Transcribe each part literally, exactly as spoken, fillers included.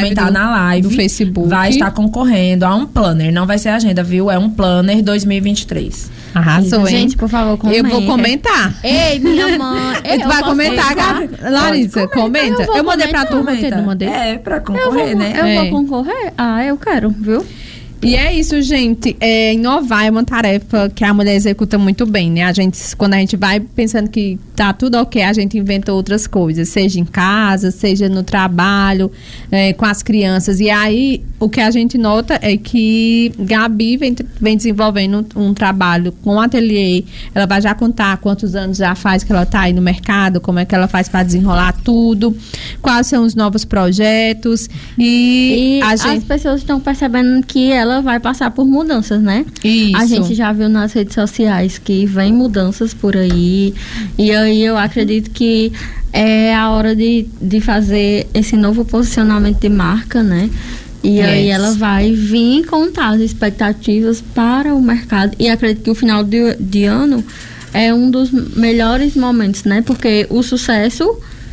também tá do, na live do Facebook. Vai estar concorrendo a um planner. Não vai ser agenda, viu? É um planner dois mil e vinte e três. Arrasou, hein? Gente, por favor, comenta. Eu vou comentar. Ei, minha mãe. Ei, tu vai comentar, Gabi? Larissa, comenta. Eu, eu mandei pra turma, que não mandei. É, pra Eu concorrer, vou, né? eu É. vou concorrer? Ah, eu quero, viu? E é isso, gente. É, inovar é uma tarefa que a mulher executa muito bem, né? A gente, quando a gente vai pensando que tá tudo ok, a gente inventa outras coisas, seja em casa, seja no trabalho, é, com as crianças. E aí, o que a gente nota é que Gabi vem, vem desenvolvendo um, um trabalho com o ateliê. Ela vai já contar quantos anos já faz que ela tá aí no mercado, como é que ela faz para desenrolar tudo, quais são os novos projetos. E, E a as gente... pessoas estão percebendo que ela vai passar por mudanças, né? Isso. A gente já viu nas redes sociais que vem mudanças por aí. E aí eu acredito que é a hora de, de fazer esse novo posicionamento de marca, né? E Yes. aí ela vai vir contar as expectativas para o mercado. E acredito que o final de, de ano é um dos melhores momentos, né? Porque o sucesso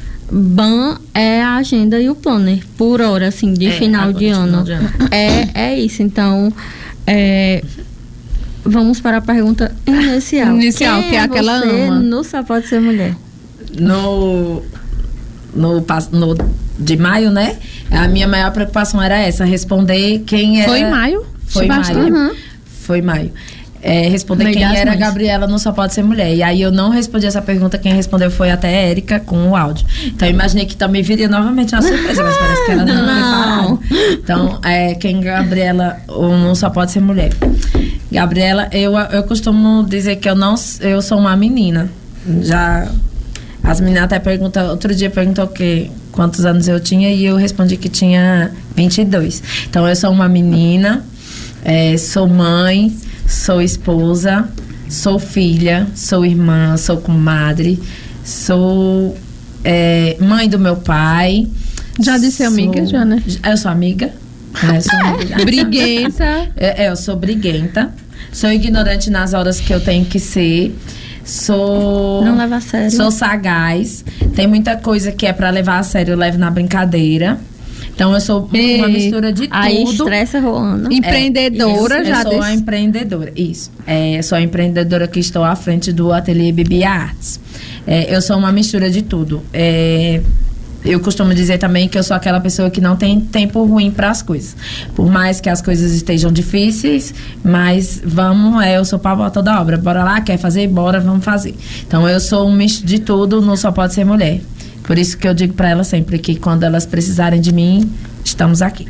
ban é a agenda e o planner por hora, assim, de É, final, agora de de ano. final de ano. É, é isso. Então, é, vamos para a pergunta inicial. Inicial, Quem que é aquela você ama. no Só Pode Ser Mulher? No, no, pas- no de maio, né? A minha maior preocupação era essa, responder quem era... Foi em maio? Foi em Bastante. maio. Uhum. Foi em maio. É, responder Mês quem das era Mães. Gabriela no Só Pode Ser Mulher. E aí eu não respondi essa pergunta, quem respondeu foi até a Érica com o áudio. Então eu imaginei que também viria novamente uma surpresa, mas parece que ela não, Não. preparada. Então, é, quem Gabriela ou não Só Pode Ser Mulher. Gabriela, eu, eu costumo dizer que eu não eu sou uma menina. Já as meninas até perguntam, outro dia perguntou que quantos anos eu tinha e eu respondi que tinha vinte e dois. Então eu sou uma menina, é, sou mãe, sou esposa, sou filha, sou irmã, sou comadre, sou é, mãe do meu pai. Já disse sou- amiga, já, né? Eu sou amiga. É, eu sou amiga. Briguenta. É, é, eu sou briguenta. Sou ignorante nas horas que eu tenho que ser. Sou. Não leva a sério. Sou sagaz. Tem muita coisa que é pra levar a sério, eu levo na brincadeira. Então eu sou Ei, uma mistura de Aí tudo. estressa rolando. Empreendedora, Isso, já eu sou desse- a empreendedora, isso. É, sou a empreendedora que estou à frente do Ateliê Bibi Artes. É, eu sou uma mistura de tudo. É, eu costumo dizer também que eu sou aquela pessoa que não tem tempo ruim para as coisas. Por mais que as coisas estejam difíceis, mas vamos, é, eu sou pau toda obra. Bora lá, quer fazer? Bora, vamos fazer. Então eu sou um misto de tudo, não Só Pode Ser Mulher. Por isso que eu digo para elas sempre que quando elas precisarem de mim, estamos aqui.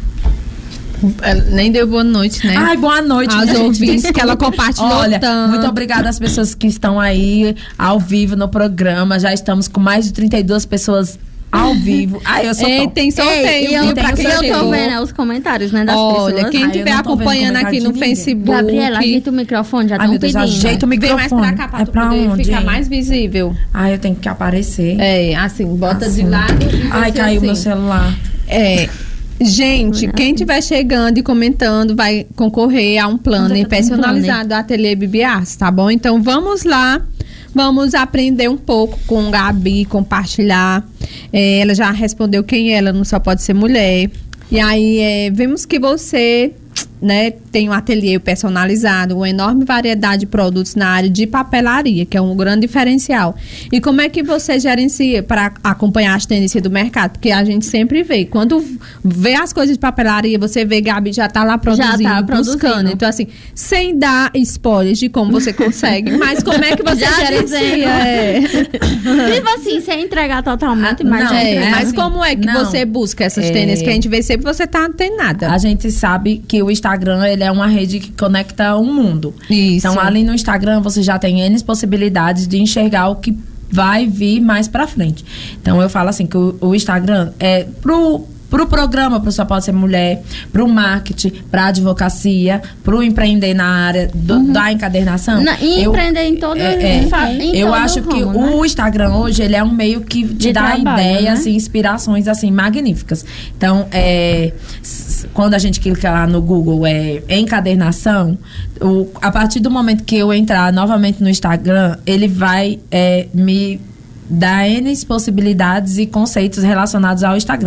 Ela nem deu boa noite, né? Ai, boa noite, Aos minha gente. ouvintes que ela compartilhou Olha, tanto. muito obrigada às pessoas que estão aí ao vivo no programa. Já estamos com mais de trinta e duas pessoas ao vivo. Ai, eu sou Ei, top. tem sorteio, Ei, e viu? eu, Pra quem eu tô chegou. vendo os comentários, né, das Olha, pessoas. quem Ai, eu estiver não tô vendo acompanhando comentário aqui de no ninguém. Facebook. Gabriela, ajeita o microfone, já Ai, estão meu Deus, pedindo. ajeita o Vem microfone. mais pra cá pra É tu pra poder onde? ficar mais visível. Ai, eu tenho que aparecer. É, assim, bota Assim. de lado. e Ai, você caiu assim. meu celular. É. Gente, quem estiver chegando e comentando vai concorrer a um planner personalizado do Ateliê Bibi Artes, tá bom? Então vamos lá, vamos aprender um pouco com Gabi, compartilhar. É, ela já respondeu quem ela não Só Pode Ser Mulher. E aí é, vemos que você, né, tem um ateliê personalizado, uma enorme variedade de produtos na área de papelaria, que é um grande diferencial. E como é que você gerencia para acompanhar as tendências do mercado? Porque a gente sempre vê, quando vê as coisas de papelaria, você vê, Gabi já tá lá produzindo, Já tá buscando. produzindo. Então, assim, sem dar spoilers de como você consegue, mas como é que você Já gerencia? dizendo. É. Tipo assim, sem entregar totalmente, mas não, já É, entrega. mas assim, como é que não. você busca essas É. tendências que a gente vê sempre? Você tá antenada. A gente sabe que o Instagram, ele é uma rede que conecta o mundo. Isso. Então, ali no Instagram, você já tem N possibilidades de enxergar o que vai vir mais pra frente. Então, eu falo assim, que o, o Instagram é pro... Pro programa, pro Só Pode Ser Mulher, pro marketing, pra advocacia, pro empreender na área do- da encadernação. Na- e Eu- empreender em todo- é, é, fa- em eu todo acho que ramo, o né? Instagram hoje, ele é um meio que te De dá trabalho, ideias, né? e inspirações, assim, magníficas. Então, é, s- quando a gente clica lá no Google, é encadernação, o, a partir do momento que eu entrar novamente no Instagram, ele vai é, me dar N possibilidades e conceitos relacionados ao Instagram.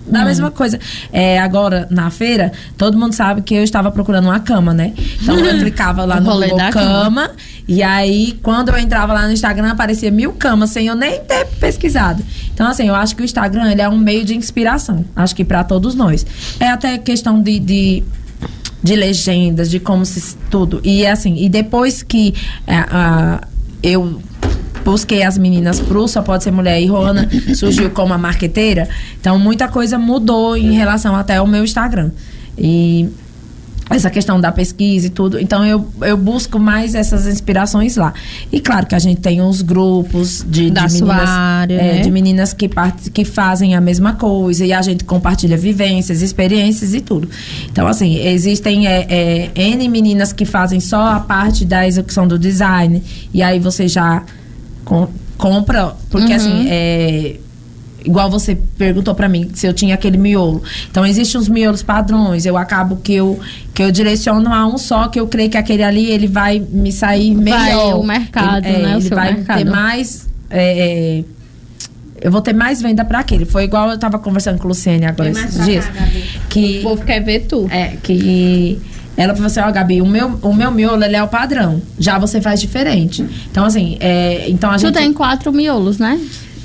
Da hum. mesma coisa. É, agora, na feira, todo mundo sabe que eu estava procurando uma cama, né? Então, eu clicava lá no Google cama, cama, e aí, quando eu entrava lá no Instagram, aparecia mil camas, sem eu nem ter pesquisado. Então, assim, eu acho que o Instagram, ele é um meio de inspiração. Acho que para todos nós. É até questão de... de de legendas, de como se tudo. E assim, e depois que é, a, eu busquei as meninas pro Só Pode Ser Mulher e Rona surgiu como a marqueteira, então muita coisa mudou em relação até ao meu Instagram. E essa questão da pesquisa e tudo. Então, eu, eu busco mais essas inspirações lá. E claro que a gente tem uns grupos de, da de meninas, área, é, né? de meninas que, part, que fazem a mesma coisa e a gente compartilha vivências, experiências e tudo. Então, assim, existem é, é, N meninas que fazem só a parte da execução do design e aí você já com, compra, porque uhum. assim, é... Igual você perguntou pra mim se eu tinha aquele miolo. Então, existem os miolos padrões. Eu acabo que eu, que eu direciono a um só, que eu creio que aquele ali, ele vai me sair melhor. Vai o mercado, ele, é, né? O ele seu vai mercado. ter mais... É, eu vou ter mais venda pra aquele. Foi igual eu tava conversando com a Luciene agora esses dias. Que, o povo quer ver tu. É, que... Ela falou assim, ó, oh, Gabi, o meu, o meu miolo, ele é o padrão. Já você faz diferente. Então, assim, é, então a gente... Tu tem quatro miolos, né?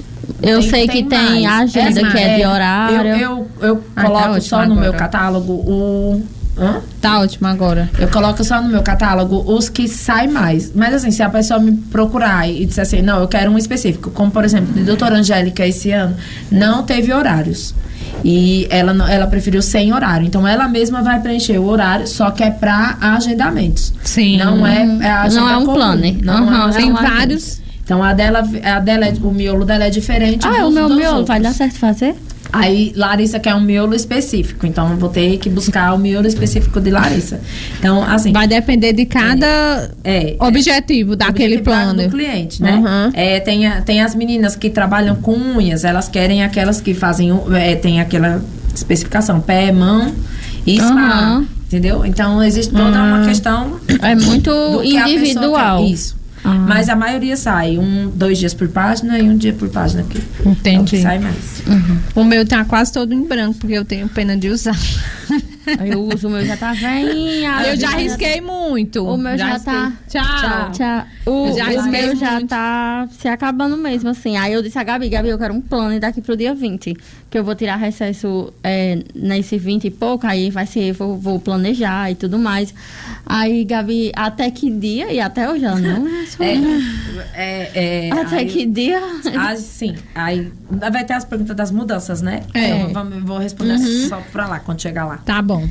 Eu tem, sei tem que tem a agenda é, que é de horário. Eu, eu, eu ah, coloco tá só no agora. meu catálogo o... Hã? Tá ótimo agora. Eu coloco só no meu catálogo os que saem mais. Mas assim, se a pessoa me procurar e disser assim, não, eu quero um específico, como por exemplo, de doutora Angélica esse ano, não teve horários. E ela, ela preferiu sem horário. Então ela mesma vai preencher o horário, só que é pra agendamentos. Sim. Não é, é a agenda Não é um comum. planner. Não Uhum, é um tem agenda. vários. Então a dela, a dela é, o miolo dela é diferente. Ah, dos, o meu dos miolo outros. vai dar certo fazer? Aí Larissa quer um miolo específico, então eu vou ter que buscar o miolo específico de Larissa. Então, assim. Vai depender de cada é, objetivo é, daquele plano do cliente, né? Uhum. É, tem, a, tem as meninas que trabalham com unhas, elas querem aquelas que fazem, é, tem aquela especificação, pé, mão e spa, Uhum. entendeu? Então existe toda uhum. uma questão. É muito do que a pessoa individual. quer. Isso. Ah. Mas a maioria sai um, dois dias por página e um dia por página aqui. Entendi. É o que sai mais. Uhum. O meu tá quase todo em branco, porque eu tenho pena de usar. Eu uso o meu já tá velhinha. Eu já risquei muito. O meu já, risquei. tá. Tchau. Tchau. O, Eu já o risquei meu já muito. tá se acabando mesmo, assim. Aí eu disse a Gabi, Gabi, eu quero um plano daqui pro dia vinte. Que eu vou tirar recesso é, nesse vinte e pouco, aí vai ser, vou, vou planejar e tudo mais. Aí, Gabi, até que dia? E até hoje ela não É, é, é, Até aí, que dia? Ah, sim. Aí vai ter as perguntas das mudanças, né? É. Então vamos, vou responder Uhum. só pra lá, quando chegar lá. Tá bom.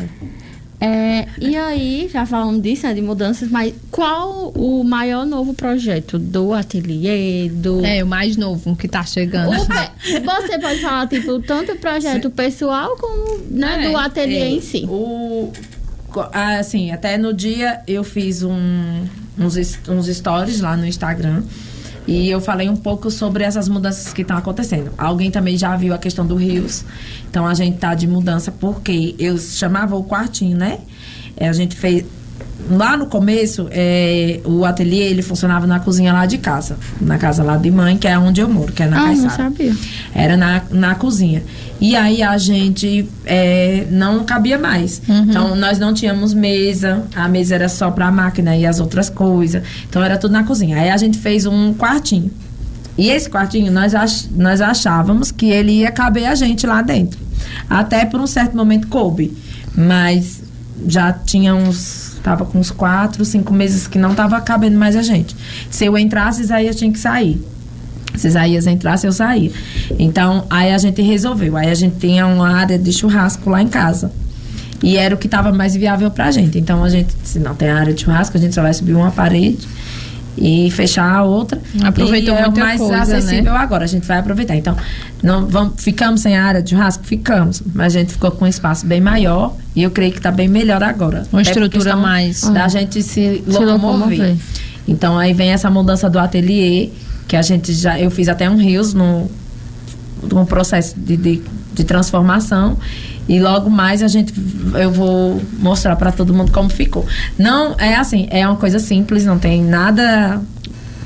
É, e aí, já falamos disso, né, de mudanças, mas qual o maior novo projeto do ateliê, do... É, o mais novo que tá chegando. O pe- Você pode falar, tipo, tanto o projeto pessoal como né, É, do ateliê É, em si. O, co- ah, assim, até no dia eu fiz um, uns, es- uns stories lá no Instagram. E eu falei um pouco sobre essas mudanças que estão acontecendo. Alguém também já viu a questão do Rios. Então a gente tá de mudança porque eu chamava o quartinho, né? É, a gente fez. Lá no começo, é, o ateliê ele funcionava na cozinha lá de casa. Na casa lá de mãe, que é onde eu moro, que é na Ah, não Caiçara. sabia. Era na, na cozinha. E aí a gente é, não cabia mais. Uhum. Então nós não tínhamos mesa, a mesa era só pra máquina e as outras coisas. Então era tudo na cozinha. Aí a gente fez um quartinho. E esse quartinho nós, ach, nós achávamos que ele ia caber a gente lá dentro. Até por um certo momento coube. Mas já tinha uns. Tava com uns quatro, cinco meses que não tava cabendo mais a gente. Se eu entrasse, Isaías tinha que sair. Se Isaías entrasse, eu saía. Então, aí a gente resolveu. Aí a gente tinha uma área de churrasco lá em casa. E era o que estava mais viável pra gente. Então, a gente, se não tem área de churrasco, a gente só vai subir uma parede e fechar a outra. Aproveitou e é muita o mais coisa, acessível né? agora. A gente vai aproveitar. Então, não vamos, ficamos sem a área de churrasco? Ficamos. Mas a gente ficou com um espaço bem maior. E eu creio que está bem melhor agora. Uma Até por estrutura questão mais- da gente se locomover. locomover. Então, aí vem essa mudança do ateliê, que a gente já... Eu fiz até um rios no, no processo de, de, de transformação. E logo mais a gente... Eu vou mostrar para todo mundo como ficou. Não, é assim, é uma coisa simples, não tem nada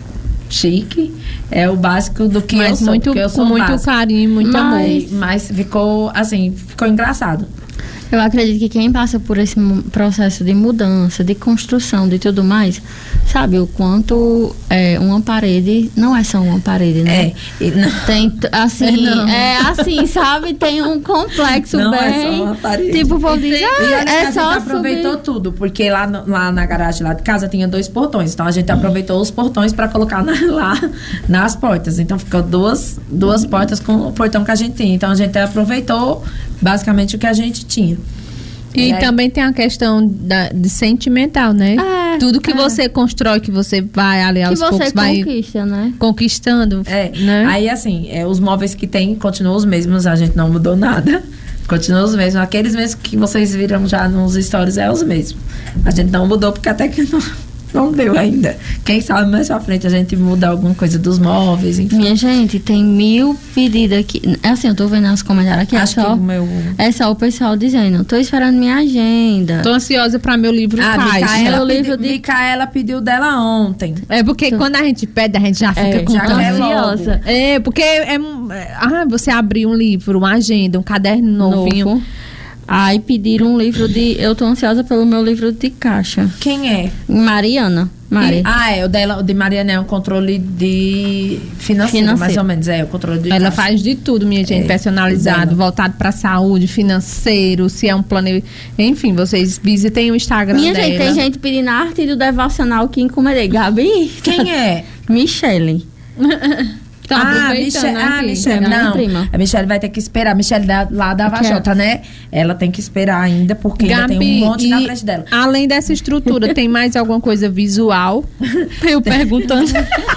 chique, é o básico do que Mas eu sou. muito, eu sou com muito básico. carinho, muito mas, amor. mas ficou, assim, ficou engraçado. Eu acredito que quem passa por esse mu- processo de mudança, de construção, de tudo mais, sabe o quanto é, uma parede não é só uma parede, né? É, e não, Tem, t- assim, Não. é assim, sabe? Tem um complexo não bem... é só uma parede. Tipo, o povo diz, E ah, olha que é a só gente aproveitou subir. tudo, porque lá, no- lá na garagem lá de casa tinha dois portões, então a gente aproveitou os portões para colocar na- lá nas portas. Então ficou duas, duas portas com o portão que a gente tinha. Então a gente aproveitou basicamente o que a gente tinha. E E aí- também tem a questão da, de sentimental, né? É, Tudo que é. você constrói, que você vai ali Que aos você poucos, vai conquista, né? conquistando, É, né? aí assim, é, os móveis que tem continuam os mesmos, a gente não mudou nada. Continuam os mesmos. Aqueles mesmos que vocês viram já nos stories é os mesmos. A gente não mudou porque até que não, não deu ainda. Quem sabe mais pra frente a gente muda alguma coisa dos móveis, enfim. Minha gente, tem mil pedidos aqui. É assim, eu tô vendo nos comentários aqui, é Acho que só, o meu... é só o pessoal dizendo, tô esperando minha agenda. Tô ansiosa pra meu livro Ah, caixa. Micaela, É o livro pedi, de- Micaela pediu dela ontem. É porque quando a gente pede, a gente já fica É, com já tanto- quer logo. ansiosa. É, porque é, é- ah, você abrir um livro, uma agenda, um caderno novinho. Novo. Aí pediram um livro de. Eu tô ansiosa pelo meu livro de caixa. Quem é? Mariana. Mari. E- ah, é, o dela, o de Mariana é um controle de financeiro, Financeiro. mais ou menos. É, o controle de Ela caixa. faz de tudo, minha gente, É, personalizado, dela. voltado pra saúde, financeiro, se é um plano. Enfim, vocês visitem o Instagram Minha dela. gente, tem gente pedindo a arte do devocional que encomendei. Gabi? Quem é? Michele. Tô ah, aproveitando Michelle, ah, aqui. Michelle, É minha não. prima. A Michelle vai ter que esperar. A Michelle da, lá da Vajota, né? Ela tem que esperar ainda, porque ainda tem um monte na e frente dela. além dessa estrutura, tem mais alguma coisa visual? Eu perguntando.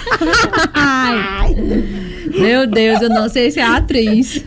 Ai, meu Deus, eu não sei se é atriz.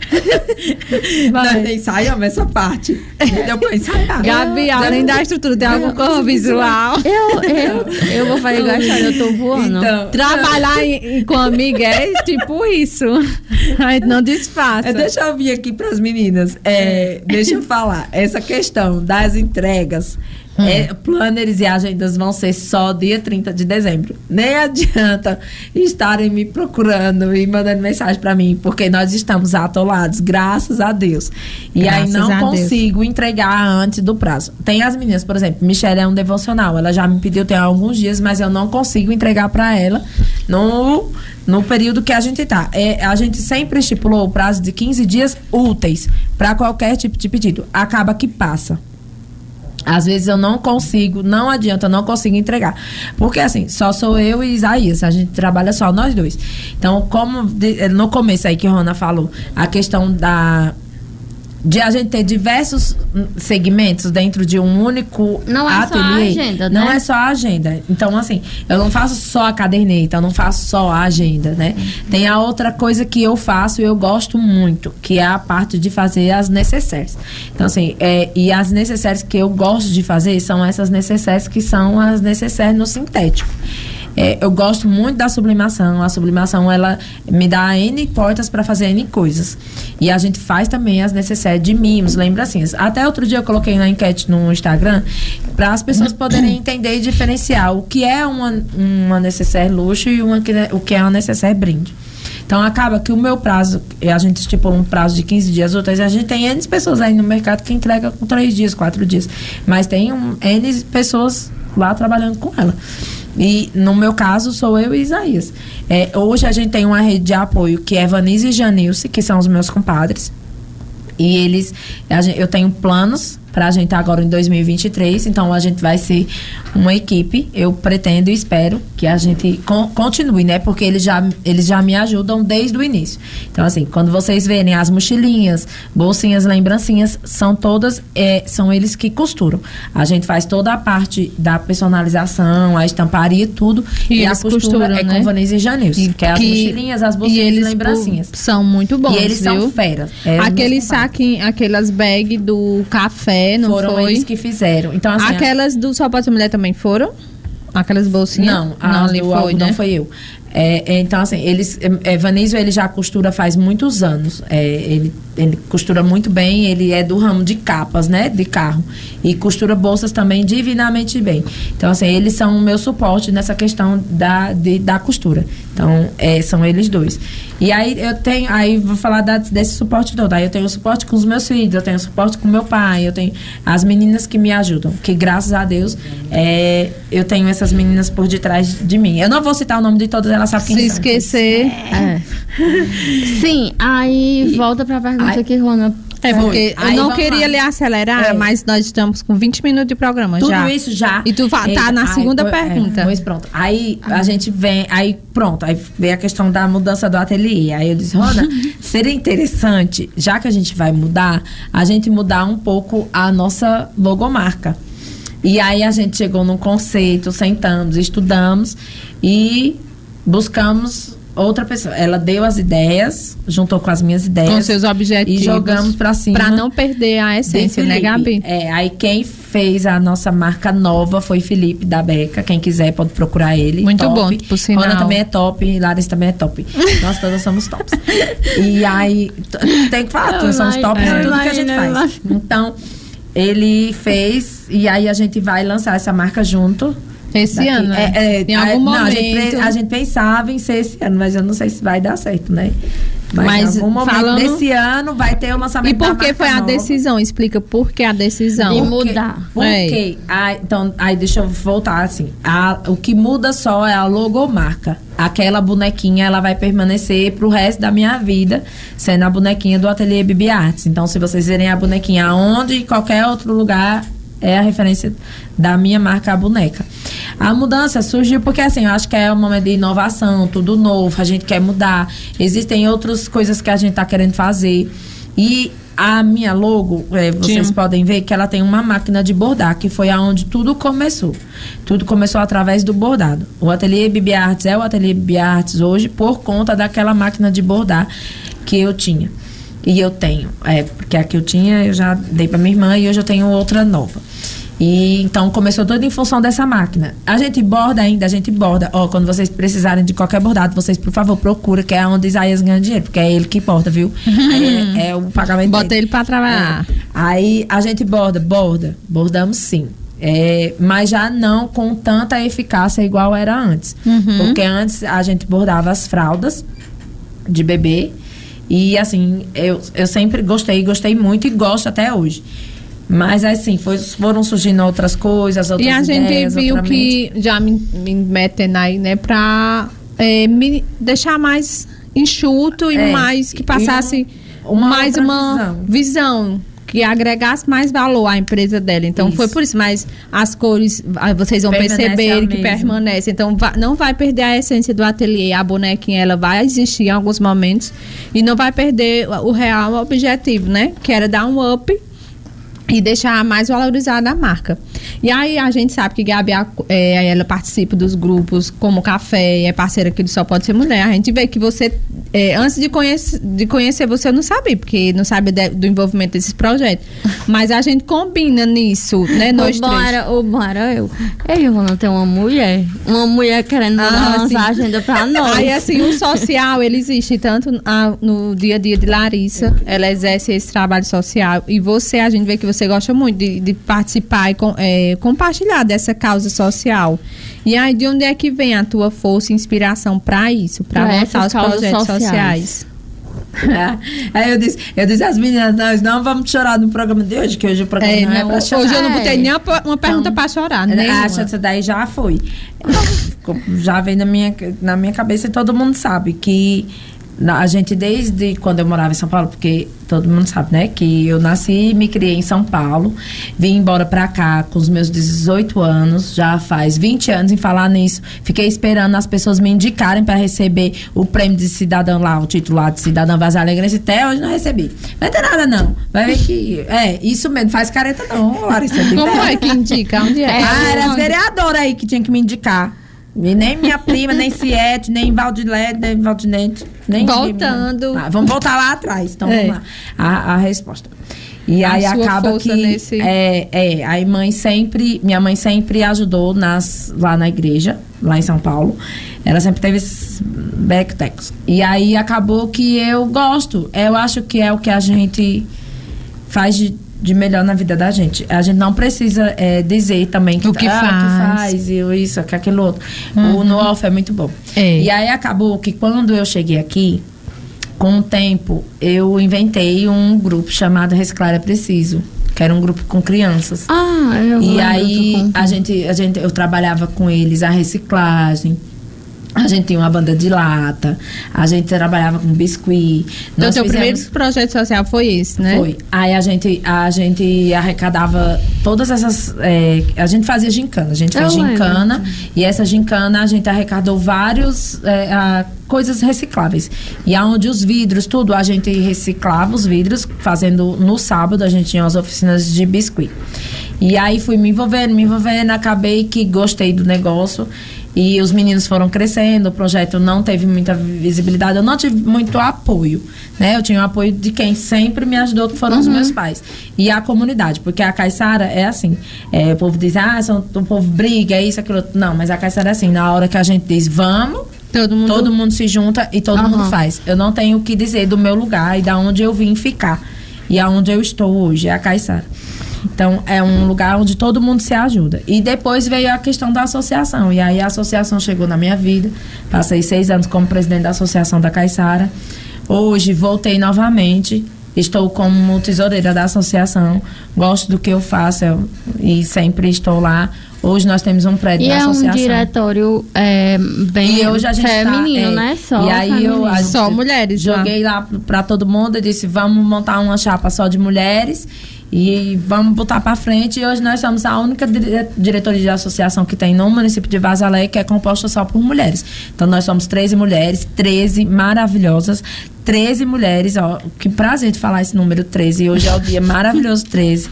Vai. Nós nem ensaiamos essa parte. Deu pra ensaiar. Gabi, além da estrutura, tem alguma coisa visual? Eu, eu, eu vou fazer igual a história, eu tô voando. Então, Trabalhar em- em- com amiga é tipo isso. A gente não disfarça. é, deixa eu vir aqui pras meninas. É, deixa eu falar. Essa questão das entregas. É, planners e agendas vão ser só dia trinta de dezembro. Nem adianta estarem me procurando e mandando mensagem pra mim, porque nós estamos atolados, graças a Deus. E Graças aí não a Deus. consigo entregar antes do prazo. Tem as meninas, por exemplo, Michelle é um devocional. Ela já me pediu tem alguns dias, mas eu não consigo entregar pra ela no, no período que a gente tá. É, a gente sempre estipulou o prazo de quinze dias úteis pra qualquer tipo de pedido. Acaba que passa. Às vezes eu não consigo, não adianta, eu não consigo entregar. Porque assim, só sou eu e Isaías, a gente trabalha só nós dois. Então, como de- no começo aí que a Rona falou, a questão da de a gente ter diversos hum, segmentos dentro de um único Não é só a ateliê, agenda, não né? é só a agenda. Então, assim, eu não faço só a caderneta, eu não faço só a agenda, né? Tem a outra coisa que eu faço e eu gosto muito, que é a parte de fazer as necessaires. Então, assim, é, e as necessaires que eu gosto de fazer são essas necessaires que são as necessaires no sintético. É, eu gosto muito da sublimação. A sublimação, ela me dá N portas para fazer N coisas. E a gente faz também as necessaires de mimos, lembrancinhas. Até outro dia eu coloquei na enquete no Instagram para as pessoas poderem entender e diferenciar o que é uma, uma necessaire luxo e uma, que- o que é uma necessaire brinde. Então, acaba que o meu prazo, e a gente estipula um prazo de quinze dias úteis, a gente tem N pessoas aí no mercado que entrega com três dias, quatro dias. Mas tem um, N pessoas lá trabalhando com ela. E no meu caso sou eu e Isaías. É, hoje a gente tem uma rede de apoio que é Vanise e Janilce, que são os meus compadres. E eles, a gente- eu tenho planos pra gente agora em dois mil e vinte e três, então a gente vai ser uma equipe. Eu pretendo e espero que a gente con- continue, né? Porque eles já, eles já me ajudam desde o início. Então, assim, quando vocês verem as mochilinhas, bolsinhas, lembrancinhas, são todas, é, são eles que costuram. A gente faz toda a parte da personalização, a estamparia e tudo. E a eles costura costuram, é né? com Vanise e Janilce, que é as mochilinhas, as bolsinhas e eles e lembrancinhas. pô, são muito bons, E eles viu? são feras. É, os Aquele meus compadres. saquinho, aquelas bags do café, não Foram foi? eles que fizeram. Então, assim, Aquelas do Só Pode Ser Mulher também foram? Aquelas bolsinhas? Não, não a ali do foi, algodão né? foi eu. É, é, então, assim, eles, é, Vanísio, ele já costura faz muitos anos. É, ele, ele costura muito bem, ele é do ramo de capas, né? De carro. E costura bolsas também divinamente bem. Então, assim, eles são o meu suporte nessa questão da, de, da costura. Então, é, são eles dois. E aí eu tenho, aí vou falar da, desse suporte todo. Aí eu tenho suporte com os meus filhos, eu tenho suporte com meu pai, eu tenho as meninas que me ajudam. Que graças a Deus, é, eu tenho essas meninas por detrás de mim. Eu não vou citar o nome de todas, elas sabem quem Se são. esquecer. É. Sim, aí E- volta pra pergunta Aí- que Rona. É porque eu Aí não vamos queria lá. lhe acelerar, É. mas nós estamos com vinte minutos de programa Tudo já. isso já. E tu va- tá Eita, na ai, segunda pô- pergunta. É, pois pronto. Aí a gente vem, aí pronto, aí vem a questão da mudança do ateliê. Aí eu disse, Rona, seria interessante, já que a gente vai mudar, a gente mudar um pouco a nossa logomarca. E aí a gente chegou num conceito, sentamos, estudamos e buscamos outra pessoa. Ela deu as ideias, juntou com as minhas ideias. Com seus objetivos. E jogamos pra cima. Pra não perder a essência, de né, Felipe. Gabi? É, aí quem fez a nossa marca nova foi Felipe da Beca. Quem quiser pode procurar ele. Muito top. bom, por sinal. Rona também é top, Larissa também é top. Nós todas somos tops. E aí, t- tem que falar, Eu nós somos tops em imagino, tudo que a gente eu faz. imagino. Então, ele fez e aí a gente vai lançar essa marca junto. Esse Daqui- ano, né? é, é, Em a- algum não, a gente, momento. pre- a gente pensava em ser esse ano, mas eu não sei se vai dar certo, né? Mas, Mas em algum momento falando- desse ano vai ter o lançamento E por da que marca foi a nova. decisão? Explica por que a decisão. De Porque- mudar. Porque, ah, então, aí deixa eu voltar assim. A, o que muda só é a logomarca. Aquela bonequinha, ela vai permanecer pro resto da minha vida, sendo a bonequinha do Ateliê Bibi Artes. Então, se vocês verem a bonequinha aonde, em qualquer outro lugar, é a referência da minha marca, a boneca. A mudança surgiu porque, assim, eu acho que é um momento de inovação, tudo novo, a gente quer mudar. Existem outras coisas que a gente tá querendo fazer. E a minha logo, é, vocês Sim. podem ver que ela tem uma máquina de bordar, que foi aonde tudo começou. Tudo começou através do bordado. O Ateliê Bibi Artes é o Ateliê Bibi Artes hoje por conta daquela máquina de bordar que eu tinha. E eu tenho. É, porque a que eu tinha eu já dei pra minha irmã e hoje eu tenho outra nova. E então começou tudo em função dessa máquina. A gente borda ainda, a gente borda. Ó, quando vocês precisarem de qualquer bordado, vocês, por favor, procura, que é onde Isaías ganha dinheiro, porque é ele que borda, viu? Aí é, é o pagamento Bota dele. ele pra trabalhar. É. Aí a gente borda, borda, bordamos sim. É, mas já não com tanta eficácia igual era antes. Uhum. Porque antes a gente bordava as fraldas de bebê. E assim, eu, eu sempre gostei, gostei muito e gosto até hoje. Mas assim, foi, foram surgindo outras coisas, outras E a gente ideias, viu outra que, já me, me metendo aí, né, pra é, me deixar mais enxuto e É, mais que e passasse um- uma mais outra uma visão. visão. Que agregasse mais valor à empresa dela. Então, Isso. foi por isso. Mas as cores, ah, vocês vão Permanece perceber a que mesma. permanece. Então, va- não vai perder a essência do ateliê. A bonequinha, ela vai existir em alguns momentos. E não vai perder o o real objetivo, né? Que era dar um up e deixar mais valorizada a marca. E aí a gente sabe que Gabi, a- é, ela participa dos grupos como Café, é parceira aqui do Só Pode Ser Mulher. A gente vê que você, é, antes de, conhece, de conhecer você, eu não sabia, porque não sabe de- do envolvimento desses projetos. Mas a gente combina nisso, né, nós o bom três. era, o bom era eu. Ei, Rona, tem uma mulher. Uma mulher querendo Ah, lançar sim. a agenda pra nós. Aí, assim, o social, ele existe tanto a- no dia a dia de Larissa, ela exerce esse trabalho social, e você, a gente vê que você gosta muito de, de participar e com- é, compartilhar dessa causa social. E aí, de onde é que vem a tua força e inspiração para isso, para Pra montar essas os causas projetos sociais. sociais? Aí eu disse, eu disse às meninas, nós não vamos chorar no programa de hoje, que hoje o programa É, não, é não, pra chorar. hoje eu não botei É. nem uma, uma pergunta Então, para chorar, né? né? Acho que essa daí já foi. Ficou- já veio na minha, na minha cabeça e todo mundo sabe que na- a gente, desde quando eu morava em São Paulo, porque todo mundo sabe, né? Que eu nasci e me criei em São Paulo. Vim embora pra cá com os meus dezoito anos, já faz vinte anos em falar nisso. Fiquei esperando as pessoas me indicarem pra receber o prêmio de cidadão lá, o título lá de cidadão Vaz Alegrense. Até hoje não recebi. Não vai ter nada, não. Vai ver que. É, isso mesmo, faz careta não, Larissa. Como é que indica? Onde é? Ah, era as vereadoras aí que tinha que me indicar. E nem minha prima, nem Ciete, nem Valdilete, nem Valdinete. Nem Voltando. ninguém me- Ah, vamos voltar lá atrás. Então É. vamos lá. A, a resposta. E a aí sua acaba força que nesse... é, é, aí mãe sempre, minha mãe sempre ajudou nas, lá na igreja, lá em São Paulo. Ela sempre teve esses backpacks. E aí acabou que eu gosto. Eu acho que é o que a gente faz de, de melhor na vida da gente. A gente não precisa é, dizer também que, o que ah, faz, que faz e isso, que aquilo outro. Uhum. O no-off é muito bom. É. E aí acabou que quando eu cheguei aqui, com o tempo, eu inventei um grupo chamado Reciclar é Preciso, que era um grupo com crianças. Ah, eu E lembro aí do a gente, a gente, eu trabalhava com eles a reciclagem. A gente tinha uma banda de lata, a gente trabalhava com biscuit. Então, Nós seu fizemos... primeiro projeto social foi esse, né? Foi. Aí a gente, a gente arrecadava todas essas... É, a gente fazia gincana, a gente Eu fez gincana. lembro. E essa gincana a gente arrecadou vários... É, a, coisas recicláveis. E aonde os vidros, tudo, a gente reciclava os vidros, fazendo no sábado, a gente tinha as oficinas de biscuit. E aí fui me envolvendo, me envolvendo, acabei que gostei do negócio. E os meninos foram crescendo, o projeto não teve muita visibilidade, eu não tive muito apoio, né? Eu tinha o apoio de quem sempre me ajudou, que foram uhum. os meus pais. E a comunidade, porque a Caiçara é assim, é, o povo diz, ah, são, o povo briga, é isso, aquilo outro. Não, mas a Caiçara é assim, na hora que a gente diz, vamos, todo mundo, todo mundo se junta e todo uhum. mundo faz. Eu não tenho o que dizer do meu lugar e da onde eu vim ficar. E aonde eu estou hoje, é a Caiçara. Então, é um lugar onde todo mundo se ajuda. E depois veio a questão da associação. E aí a associação chegou na minha vida. Passei seis anos como presidente da Associação da Caiçara. Hoje, voltei novamente. Estou como tesoureira da associação. Gosto do que eu faço eu, e sempre estou lá. Hoje nós temos um prédio e da é associação. E é um diretório é, bem e hoje a gente feminino, tá, é, né? Só e aí feminino. eu a gente, só mulheres. Joguei lá, lá para todo mundo e disse, vamos montar uma chapa só de mulheres e vamos botar para frente. E hoje nós somos a única dire- diretoria de associação que tem no município de Vaz Alegre, que é composta só por mulheres. Então nós somos treze mulheres, treze maravilhosas, treze mulheres, ó, que prazer de falar esse número treze. Hoje é o dia maravilhoso treze.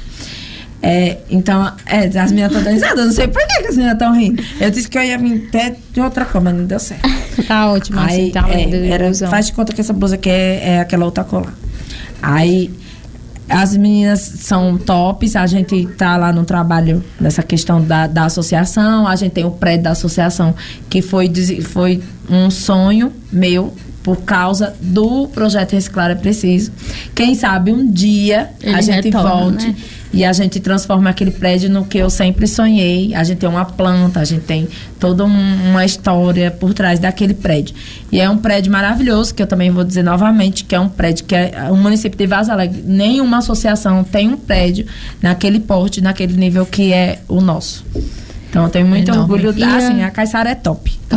É, então, é, as meninas estão dando risada, eu não sei por que, que as meninas estão rindo. Eu disse que eu ia vir até de outra cor, mas não deu certo. Tá ótimo, aí, assim, tá é, era, faz de conta que essa blusa aqui é, é aquela outra cor lá. Aí, as meninas são tops, a gente tá lá no trabalho nessa questão da, da associação, a gente tem o prédio da associação, que foi, foi um sonho meu, por causa do projeto Reciclar é Preciso. Quem sabe um dia Ele a gente retorna, volte, né? E a gente transforma aquele prédio no que eu sempre sonhei. A gente tem uma planta, a gente tem toda um, uma história por trás daquele prédio. E é um prédio maravilhoso, que eu também vou dizer novamente, que é um prédio que é o município de Vaz Alegre. Nenhuma associação tem um prédio naquele porte, naquele nível que é o nosso. Então eu tenho muito Enorme. orgulho da, assim, a Caiçara é top. Então.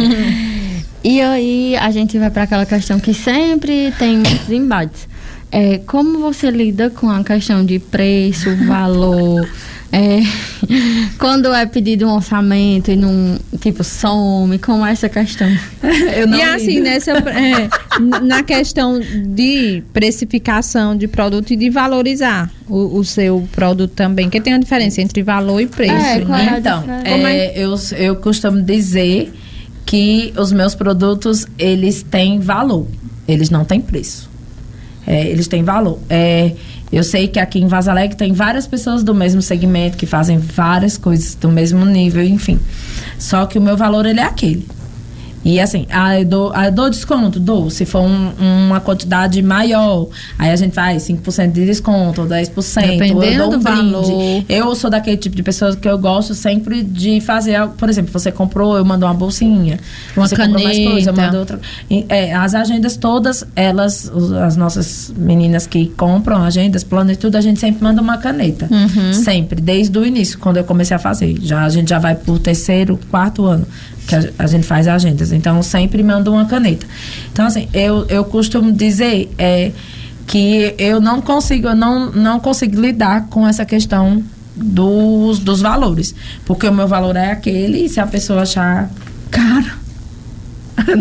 E aí a gente vai para aquela questão que sempre tem muitos embates. É, como você lida com a questão de preço, valor, é, quando é pedido um orçamento e não, tipo, some, como é essa questão? Eu não e assim, nessa, é, na questão de precificação de produto e de valorizar o, o seu produto também, que tem a diferença entre valor e preço. É, né? é então, é, é, eu, eu costumo dizer que os meus produtos, eles têm valor, eles não têm preço. É, eles têm valor. É, eu sei que aqui em Vaz Alegre tem várias pessoas do mesmo segmento que fazem várias coisas do mesmo nível, enfim. Só que o meu valor, ele é aquele. E assim, ah, eu dou, ah, eu dou desconto, dou. Se for um, uma quantidade maior, aí a gente faz cinco por cento de desconto, ou dez por cento. Dependendo eu dou um do brinde. valor. Eu sou daquele tipo de pessoa que eu gosto sempre de fazer algo. Por exemplo, você comprou, eu mando uma bolsinha. Uma você caneta. comprou mais coisa, eu mando outra. E, é, as agendas todas, elas, os, as nossas meninas que compram agendas, plano e tudo, a gente sempre manda uma caneta. Uhum. Sempre, desde o início, quando eu comecei a fazer. Já, a gente já vai pro terceiro, quarto ano que a, a gente faz agendas. Então, sempre mando uma caneta. Então, assim, eu, eu costumo dizer é, que eu não consigo, eu não, não consigo lidar com essa questão dos, dos valores. Porque o meu valor é aquele, e se a pessoa achar caro,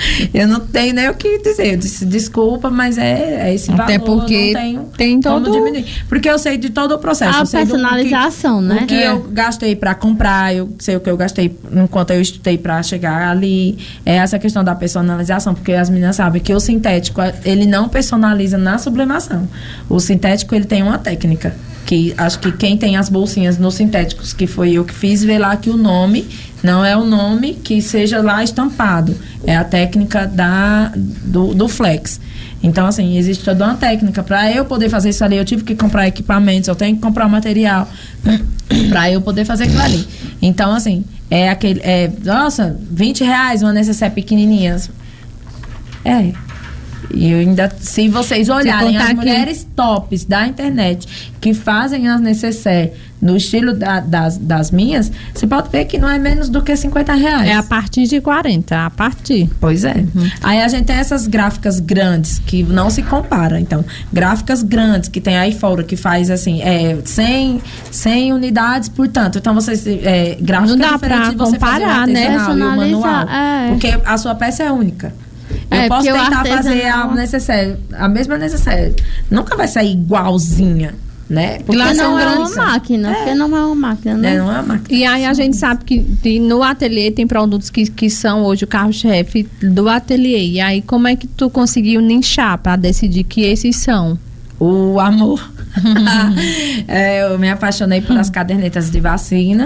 Eu não tenho nem o que dizer. Eu disse, desculpa, mas é, é esse Até valor. porque não tenho tem todo... como diminuir. Porque eu sei de todo o processo. A eu sei personalização, do, o que, né? O que É. eu gastei para comprar, eu sei o que eu gastei enquanto eu estudei para chegar ali. É essa questão da personalização, porque as meninas sabem que o sintético, ele não personaliza na sublimação. O sintético, ele tem uma técnica. Que acho que quem tem as bolsinhas nos sintéticos, que foi eu que fiz, vê lá que o nome não é o nome que seja lá estampado. É a técnica da, do, do flex. Então, assim, existe toda uma técnica. Para eu poder fazer isso ali, eu tive que comprar equipamentos, eu tenho que comprar material para eu poder fazer aquilo ali. Então, assim, é aquele... É, nossa, vinte reais uma necessaire pequenininha. É... E eu ainda, se vocês olharem as mulheres tops da internet que fazem as necessaire no estilo da, das, das minhas, você pode ver que não é menos do que cinquenta reais. É a partir de quarenta, a partir. Pois é. Uhum. Aí a gente tem essas gráficas grandes que não se compara. Então, gráficas grandes que tem aí fora que faz assim, é, cem, cem unidades, portanto. Então, vocês, é, gráfica não dá pra de você comparar, fazer o artesanal, né? E o manual. É. Porque a sua peça é única. Eu É, posso tentar artesanal... fazer a necessaire, a mesma necessaire. Nunca vai sair igualzinha, né? Porque Lá não é grandes. uma máquina. É. Porque não é uma máquina, né? É, não é uma máquina. E aí a gente sabe que de, no ateliê tem produtos que, que são hoje o carro-chefe do ateliê. E aí como é que tu conseguiu nichar para decidir que esses são? O amor. é, eu me apaixonei por as cadernetas de vacina.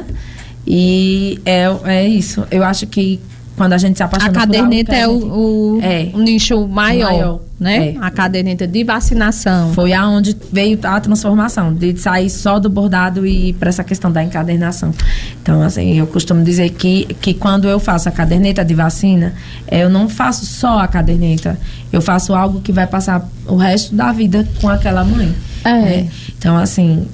E é, é isso. Eu acho que quando a gente se apaixona a caderneta por algo, é, o, o, é o nicho maior, maior né? É. A caderneta de vacinação. Foi aonde veio a transformação, de sair só do bordado e ir para essa questão da encadernação. Então, assim, eu costumo dizer que, que quando eu faço a caderneta de vacina, eu não faço só a caderneta, eu faço algo que vai passar o resto da vida com aquela mãe. É. Né? Então, assim,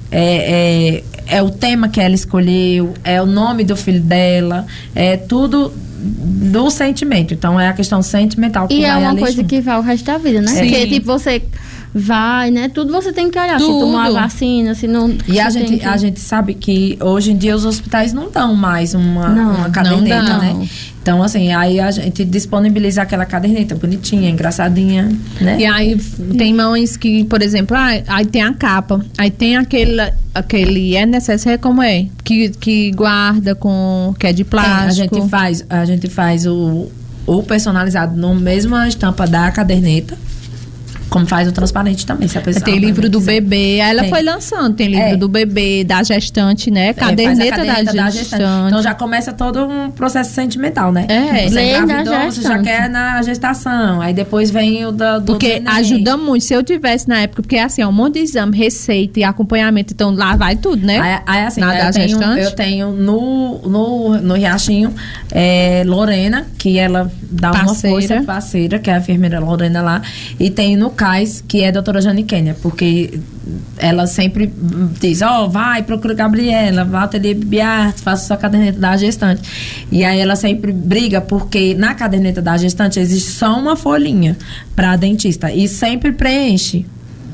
é, é, é o tema que ela escolheu, é o nome do filho dela, é tudo do sentimento. Então, é a questão sentimental que e vai é uma ali coisa junto. que vai o resto da vida, né? Sim. Porque, tipo, você vai, né? Tudo você tem que olhar. Tudo. Se tomar a vacina, se não... E a gente, que... a gente sabe que hoje em dia os hospitais não dão mais uma, Não, uma caderneta, não né? Então, assim, aí a gente disponibiliza aquela caderneta bonitinha, engraçadinha, né? E aí tem mães que, por exemplo, ah, aí tem a capa, aí tem aquele, aquele é necessário como é? Que, que guarda com, que é de plástico. A gente faz, a gente faz o, o personalizado na mesma estampa da caderneta, como faz o transparente também, se a pessoa tem livro do quiser. bebê, aí ela Tem. foi lançando, tem livro É. do bebê, da gestante, né? É, Caderneta, faz a caderneta da, da gestante. gestante. Então já começa todo um processo sentimental, né? É. Você Lei da engravidou, você já gestante. quer na gestação. Aí depois vem o da, do Porque neném. ajuda muito. Se eu tivesse na época, porque assim, é um monte de exame, receita e acompanhamento, então lá vai tudo, né? Aí, aí assim, Na eu da tenho, gestante? eu tenho no, no, no Riachinho é, Lorena, que ela dá Parceira. uma força, parceira, que é a enfermeira Lorena lá. E tem no Cais, que é a doutora Jane Kênia, porque ela sempre diz, ó, oh, vai, procura Gabriela, vai ao ateliê Bibiarte, faça sua caderneta da gestante. E aí ela sempre briga, porque na caderneta da gestante existe só uma folhinha para dentista e sempre preenche.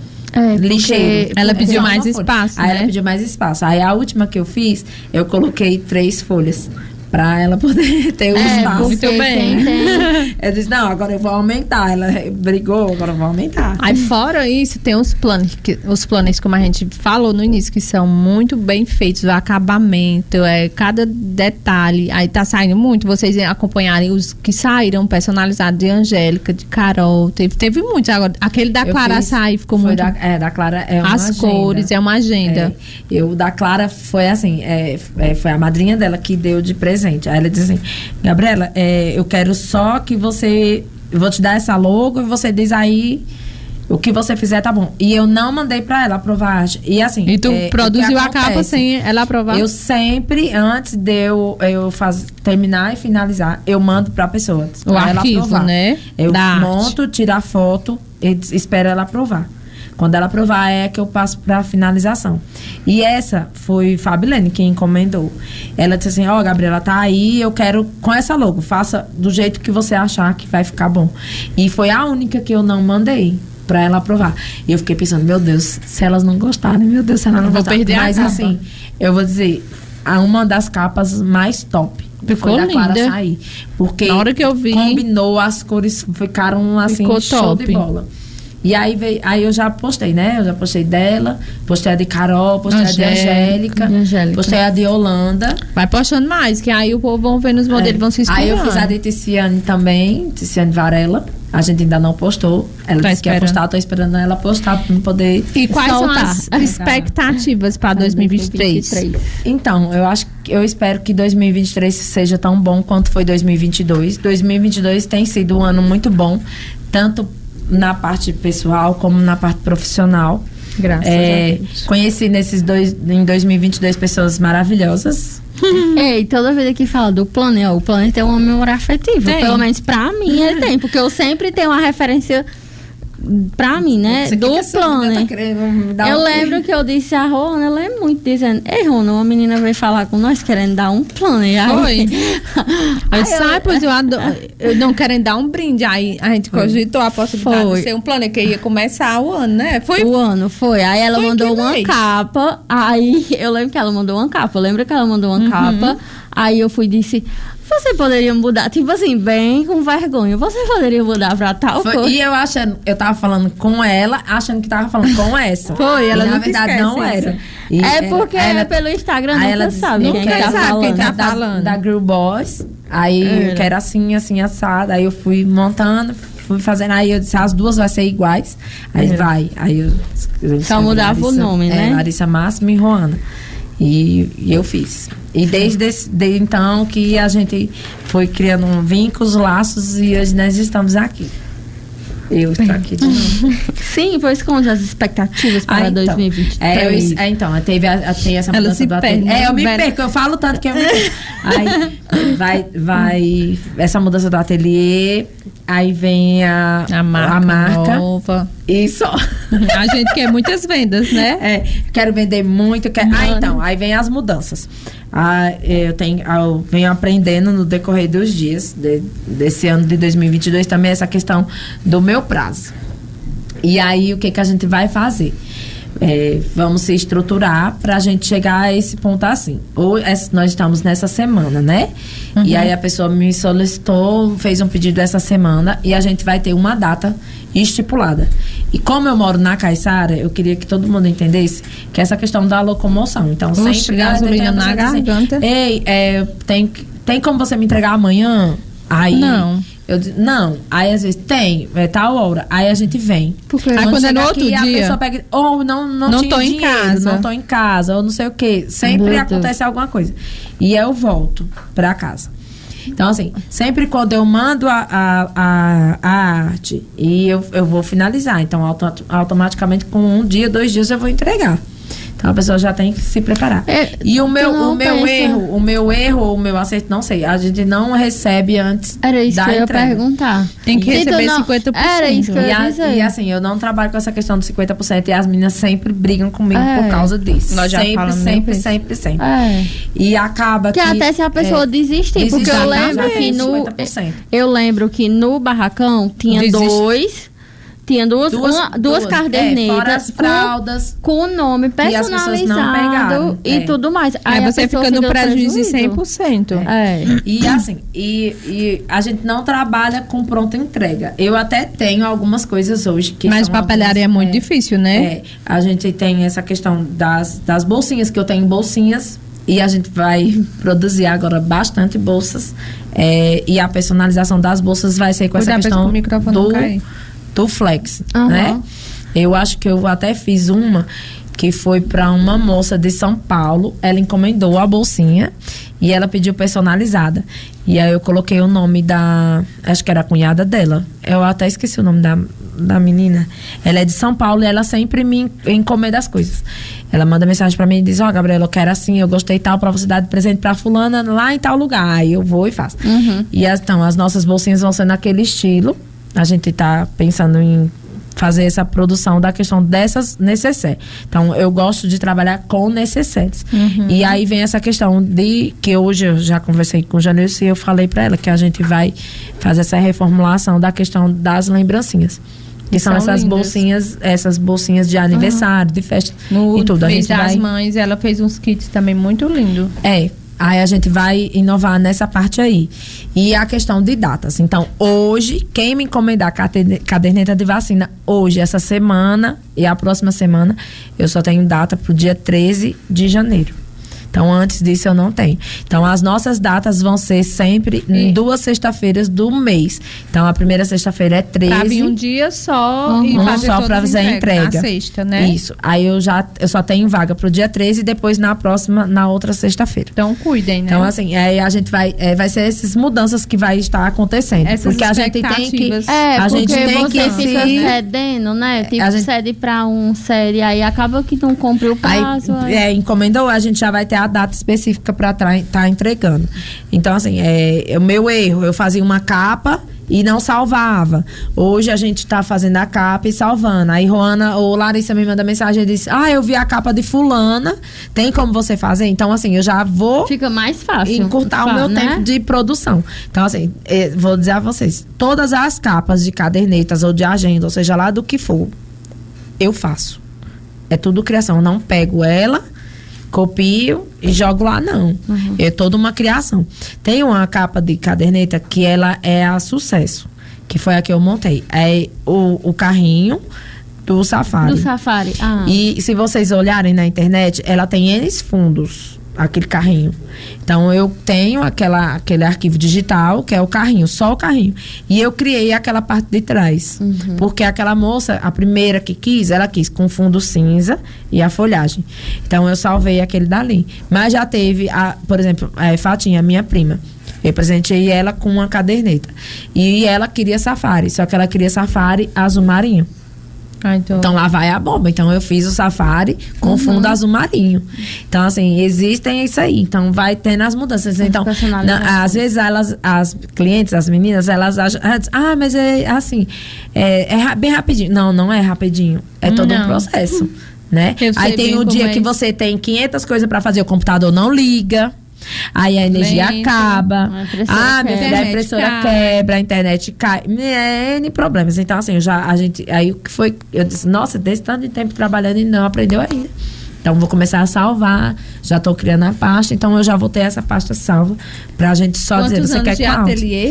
É, porque- Lixeiro. Ela É pediu só mais uma folha. espaço, Aí né? ela pediu mais espaço. Aí a última que eu fiz, eu coloquei três folhas. Pra ela poder ter o É, espaço. porque Muito bem. quem tem- Eu disse, não, agora eu vou aumentar. Ela brigou, agora eu vou aumentar. Aí fora isso, tem os planos, que, os planos, como a gente falou no início, que são muito bem feitos, o acabamento, é, cada detalhe. Aí tá saindo muito, vocês acompanharem os que saíram personalizados de Angélica, de Carol, teve, teve muitos. Agora, aquele da Eu Clara fiz- Açaí ficou foi muito... Da, é, da Clara é uma As agenda. cores, é uma agenda. É, eu, da Clara, foi assim, é, é, foi a madrinha dela que deu de presente. Aí ela disse assim, Gabriela, é, eu quero só que você, eu vou te dar essa logo e você diz aí o que você fizer, tá bom. E eu não mandei pra ela aprovar a arte. E assim, E tu é, o produziu que a capa acontece? sem ela aprovar? Eu sempre, antes de eu, eu faz, terminar e finalizar, eu mando pra pessoa. O pra ela arquivo, aprovar. né? Eu Da monto, tiro a foto e des- espero ela aprovar. Quando ela aprovar, é que eu passo pra finalização. E essa foi Fabilene quem encomendou. Ela disse assim, ó, oh, Gabriela, tá aí, eu quero com essa logo. Faça do jeito que você achar que vai ficar bom. E foi a única que eu não mandei pra ela aprovar. E eu fiquei pensando, meu Deus, se elas não gostarem, meu Deus, se elas não Eu vou gostarem. perder a Mas capa. assim, eu vou dizer, a uma das capas mais top Ficou foi da Clara linda. sair. Porque Na hora que eu vi, combinou, as cores ficaram assim, Ficou show top. de bola. E aí, veio, aí eu já postei, né? Eu já postei dela, postei a de Carol, postei Angélica. a de Angélica, Angélica. postei a de Holanda. vai postando mais, que aí o povo vão ver nos modelos, É. vão se inspirando. Aí eu fiz a de Ticiane também, Ticiane Varela. A gente ainda não postou. Ela Tá disse que ia esperando. postar, eu tô esperando ela postar pra não poder. E quais soltar. são as expectativas para dois mil e vinte e três? Então, eu acho que eu espero que dois mil e vinte e três seja tão bom quanto foi dois mil e vinte e dois. dois mil e vinte e dois tem sido um ano muito bom, tanto na parte pessoal como na parte profissional. Graças É, a Deus. conheci nesses dois, em dois mil e vinte e dois pessoas maravilhosas. Ei, toda vez que fala do plano, ó, o plano tem uma memória afetiva. Tem. Pelo menos pra mim ele tem, porque eu sempre tenho uma referência pra mim, né? Você, do que que essa menina plano. tá querendo me dar Eu um- lembro que eu disse a Rona, ela é muito dizendo, ei Rona, uma menina veio falar com nós querendo dar um plano. E aí, Foi. Aí disse, Aí eu- "Ai, pois eu, adoro, eu não querem dar um brinde." Aí a gente cogitou a possibilidade Foi. de ser um plano que ia começar o ano, né? Foi. o ano foi. Aí ela Foi mandou que uma mês? capa. Aí eu lembro que ela mandou uma capa. Eu lembro que ela mandou uma Uhum. capa. Aí eu fui e disse: você poderia mudar, tipo assim, bem com vergonha. Você poderia mudar pra tal Foi- coisa. e eu achando, eu tava falando com ela, achando que tava falando com essa. Foi, ela e na nunca verdade esquece não isso. era. E É ela- porque aí ela- pelo Instagram aí nunca ela disse, sabe nunca quem tá sabe falando. quem tá da, falando. da Girl Boss. Aí Era. eu quero assim, assim, assado. Aí eu fui montando, fui fazendo. Aí eu disse, as duas vai ser iguais. Aí Era. vai. Aí eu, eu disse, Só mudava o nome, é, né? Larissa Máximo e Roana. E, e eu fiz. E desde esse, de então que a gente foi criando um vínculos, laços e hoje nós estamos aqui. Eu estou aqui de novo. Sim, pois conte as expectativas para Ah, então. dois mil e vinte e três. É, eu, é, então, teve a, a- tem essa Ela mudança se do perde, ateliê. né? É, eu me Velha. perco, eu falo tanto que eu me perco. Aí vai, vai, essa mudança do ateliê, aí vem a, A marca, a marca nova. e só. A gente quer muitas vendas, né? É, quero vender muito. Quero... Ah, então, aí vem as mudanças. Ah, eu, tenho, ah, eu venho aprendendo no decorrer dos dias de- desse ano de dois mil e vinte e dois também essa questão do meu prazo. E aí, o que, que a gente vai fazer? É, vamos se estruturar para a gente chegar a esse ponto assim. Ou essa- nós estamos nessa semana, né? E aí a pessoa me solicitou, fez um pedido essa semana e a gente vai ter uma data estipulada. E como eu moro na Caiçara, eu queria que todo mundo entendesse que essa questão da locomoção. Então, Oxe, sempre gasolina tem uma na pessoa que diz assim, garganta. Ei, é, tem, tem como você me entregar amanhã? Aí, Não. Eu digo, não. Aí às vezes tem, é tal hora. Aí a gente vem. Porque aí quando é no chega outro aqui, a dia, pessoa pega, ou não, não, Não tinha tô em dinheiro, casa. não tô em casa, ou não sei o quê. Sempre Meu Deus. acontece alguma coisa. E eu volto pra casa. Então, assim, sempre quando eu mando a, a, a, a arte e eu, eu vou finalizar. Então, auto- automaticamente, com um dia, dois dias, eu vou entregar. Então, a pessoa já tem que se preparar. É, e o meu, tu não o meu pensa- erro, o meu erro ou o meu acerto, não sei. A gente não recebe antes Era isso da que eu ia entrega. perguntar. Tem que Se tu receber não- cinquenta por cento. Era isso que eu E, ia a- dizer. e assim, eu não trabalho com essa questão dos cinquenta por cento e as meninas sempre brigam comigo É. por causa disso. Nós já sempre, falamos sempre, isso. sempre, sempre. É. E acaba Que que... até se a pessoa é, desistir, porque desistir, eu já lembro tem que no cinquenta por cento. eu lembro que no barracão tinha Desiste. dois, tinha duas duas, uma, duas, é, fora cadernetas as fraldas. com, com o nome E as pessoas não personalizado pegaram, e é. tudo mais. Aí a você pessoa fica no deu prejuízo de cem por cento. É. E assim, e, e a gente não trabalha com pronta entrega. Eu até tenho algumas coisas hoje que Mas são papelaria é algumas- muito difícil, né? É, a gente tem essa questão das, das bolsinhas, que eu tenho bolsinhas e a gente vai produzir agora bastante bolsas. É, e a personalização das bolsas vai ser com Cuidado essa pra questão que o microfone não do, cair. do flex, Aham. né? Eu acho que eu até fiz uma que foi para uma moça de São Paulo. Ela encomendou a bolsinha e ela pediu personalizada. E aí eu coloquei o nome da... Acho que era a cunhada dela. Eu até esqueci o nome da, da menina. Ela é de São Paulo e ela sempre me en- encomenda as coisas. Ela manda mensagem para mim e diz, ó, Gabriela, eu quero assim, eu gostei tal, para você dar de presente para fulana lá em tal lugar. Aí eu vou e faço. Uhum. E as- então, as nossas bolsinhas vão ser naquele estilo. A gente tá pensando em fazer essa produção da questão dessas necessaires. Então, eu gosto de trabalhar com necessaires. E aí vem essa questão de que hoje eu já conversei com o Janilson e eu falei para ela que a gente vai fazer essa reformulação da questão das lembrancinhas. Que são, São essas lindas. bolsinhas, essas bolsinhas de aniversário, de festa No e tudo. A mês gente das vai... mães, ela fez uns kits também muito lindo. É, Aí a gente vai inovar nessa parte aí. E a questão de datas. Então, hoje, quem me encomendar caderneta de vacina, hoje, essa semana e a próxima semana, eu só tenho data pro dia treze de janeiro. Então, antes disso, eu não tenho. Então, as nossas datas vão ser sempre em duas sexta-feiras do mês. Então, a primeira sexta-feira é treze. Pra vir um dia só uhum. e fazer só todas pra fazer a entrega. Na sexta, né? Isso. Aí, eu já eu só tenho vaga pro dia treze e depois na próxima, na outra sexta-feira. Então, cuidem, né? Então, assim, aí a gente vai... É, vai ser essas mudanças que vai estar acontecendo. Essas porque a gente tem que... É, a porque gente tem você que fica se... cedendo, né? Tipo, a gente... cede pra um série, aí acaba que não cumpre o prazo. Aí, aí... É, encomendou, a gente já vai ter a data específica para estar tá entregando. Então, assim, é, é o meu erro. Eu fazia uma capa e não salvava. Hoje a gente tá fazendo a capa e salvando. Aí Roana ou Larissa me manda mensagem e disse: ah, eu vi a capa de fulana, tem como você fazer? Então, assim, eu já vou... Fica mais fácil. Encurtar o meu né? tempo de produção. Então, assim, é, vou dizer a vocês, todas as capas de cadernetas ou de agenda, ou seja lá do que for, eu faço. É tudo criação. Eu não pego ela, copio e jogo lá, não. Uhum. É toda uma criação. Tem uma capa de caderneta que ela é a Sucesso, que foi a que eu montei. É o, o carrinho do Safari. Do Safari, ah. E se vocês olharem na internet, ela tem N fundos, aquele carrinho. Então, eu tenho aquela, aquele arquivo digital, que é o carrinho, só o carrinho. E eu criei aquela parte de trás. Uhum. Porque aquela moça, a primeira que quis, ela quis com fundo cinza e a folhagem. Então, eu salvei aquele dali. Mas já teve, a, por exemplo, a Fatinha, minha prima. Eu presenteei ela com uma caderneta. E ela queria Safari, só que ela queria Safari azul marinho. Ah, então... então lá vai a bomba. Então eu fiz o Safari com uhum. fundo azul marinho. Então assim, existem isso aí. Então vai tendo as mudanças. Então, na, às vezes elas, as clientes, as meninas, elas acham, ah, mas é assim, é, é bem rapidinho. Não, não é rapidinho. É todo não. um processo, né? Aí tem o dia é que você tem quinhentas coisas para fazer, o computador não liga. Aí a energia Lento, acaba. Ah, minha filha, a impressora cai. quebra, a internet cai. N problemas. Então, assim, eu já, a gente. Aí o que foi? Eu disse, nossa, desse tanto de tempo trabalhando e não aprendeu ainda. Então, vou começar a salvar. Já estou criando a pasta. Então, eu já vou ter essa pasta salva. Pra gente só Quantos dizer, você anos quer de qual? ateliê?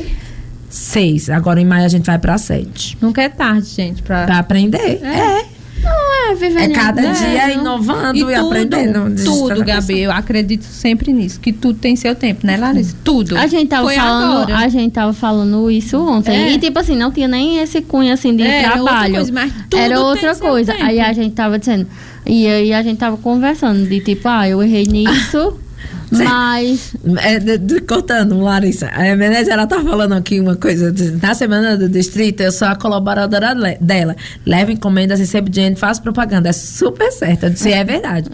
Seis. Agora em maio a gente vai pra sete. Nunca é tarde, gente. Pra, pra aprender. É. é. Não é, vivendo. É cada né? dia inovando e, e tudo, aprendendo. Tudo, Gabi, eu acredito sempre nisso, que tudo tem seu tempo, né, Larissa? Tudo. A gente tava Foi falando, agora. a gente tava falando isso ontem. É. E tipo assim, não tinha nem esse cunho assim de é, trabalho. Outra coisa, mas tudo era outra tem coisa. Seu tempo. Aí a gente tava dizendo, e aí a gente tava conversando de tipo, ah, eu errei nisso. Mas. É, de, de, cortando, Larissa. A Menezes, ela tá falando aqui uma coisa. Na semana do distrito, eu sou a colaboradora le, dela. Leva encomendas, recebe dinheiro, faz propaganda. É super certo. Eu disse, é verdade.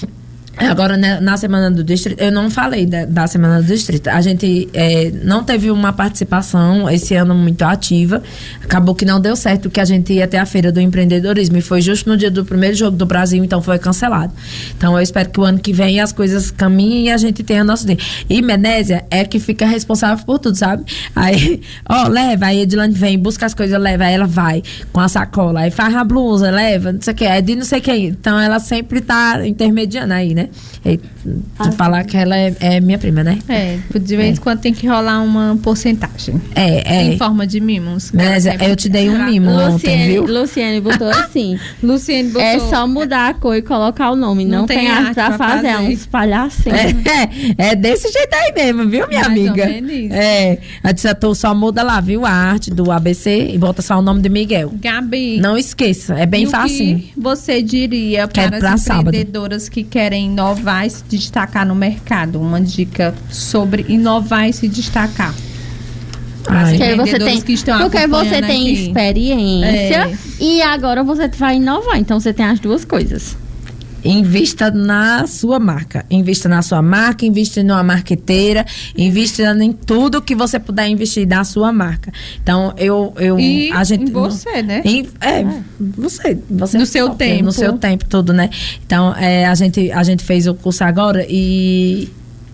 Agora, né, na semana do distrito, eu não falei da, da semana do distrito. A gente é, não teve uma participação esse ano muito ativa. Acabou que não deu certo que a gente ia até a Feira do Empreendedorismo. E foi justo no dia do primeiro jogo do Brasil, então foi cancelado. Então eu espero que o ano que vem as coisas caminhem e a gente tenha nosso dia. E Menésia é que fica responsável por tudo, sabe? Aí, ó, leva, aí Edilane vem, busca as coisas, leva, aí ela vai com a sacola, aí faz a blusa, leva, não sei o que, é de não sei quem. Então ela sempre tá intermediando aí, né? E, de falar que ela é, é minha prima, né? É, de vez em é. quando tem que rolar uma porcentagem. É, é. Em forma de mimos. Mas eu te dei um mimo Luciene, ontem, viu? Luciene botou assim. Luciene botou. É só mudar a cor e colocar o nome. Não, não tem, tem arte pra, pra fazer, é uns palhacinhos. É, é desse jeito aí mesmo, viu, minha Mais amiga? É. A disse, tu só muda lá, viu? A arte do A B C e bota só o nome de Miguel. Gabi. Não esqueça, é bem fácil. O que você diria Quer para as empreendedoras sábado. que querem inovar e se destacar no mercado? Uma dica sobre inovar e se destacar. Ai, porque você tem, que estão porque você tem aqui. experiência é. e agora você vai inovar. Então você tem as duas coisas. Invista na sua marca. Invista na sua marca, invista numa marqueteira, invista em tudo que você puder investir na sua marca. Então, eu... eu e a gente, em você, no, né? Em, é, é, você. você no seu própria, tempo. No seu tempo, tudo, né? Então, é, a, gente, a gente fez o curso agora e...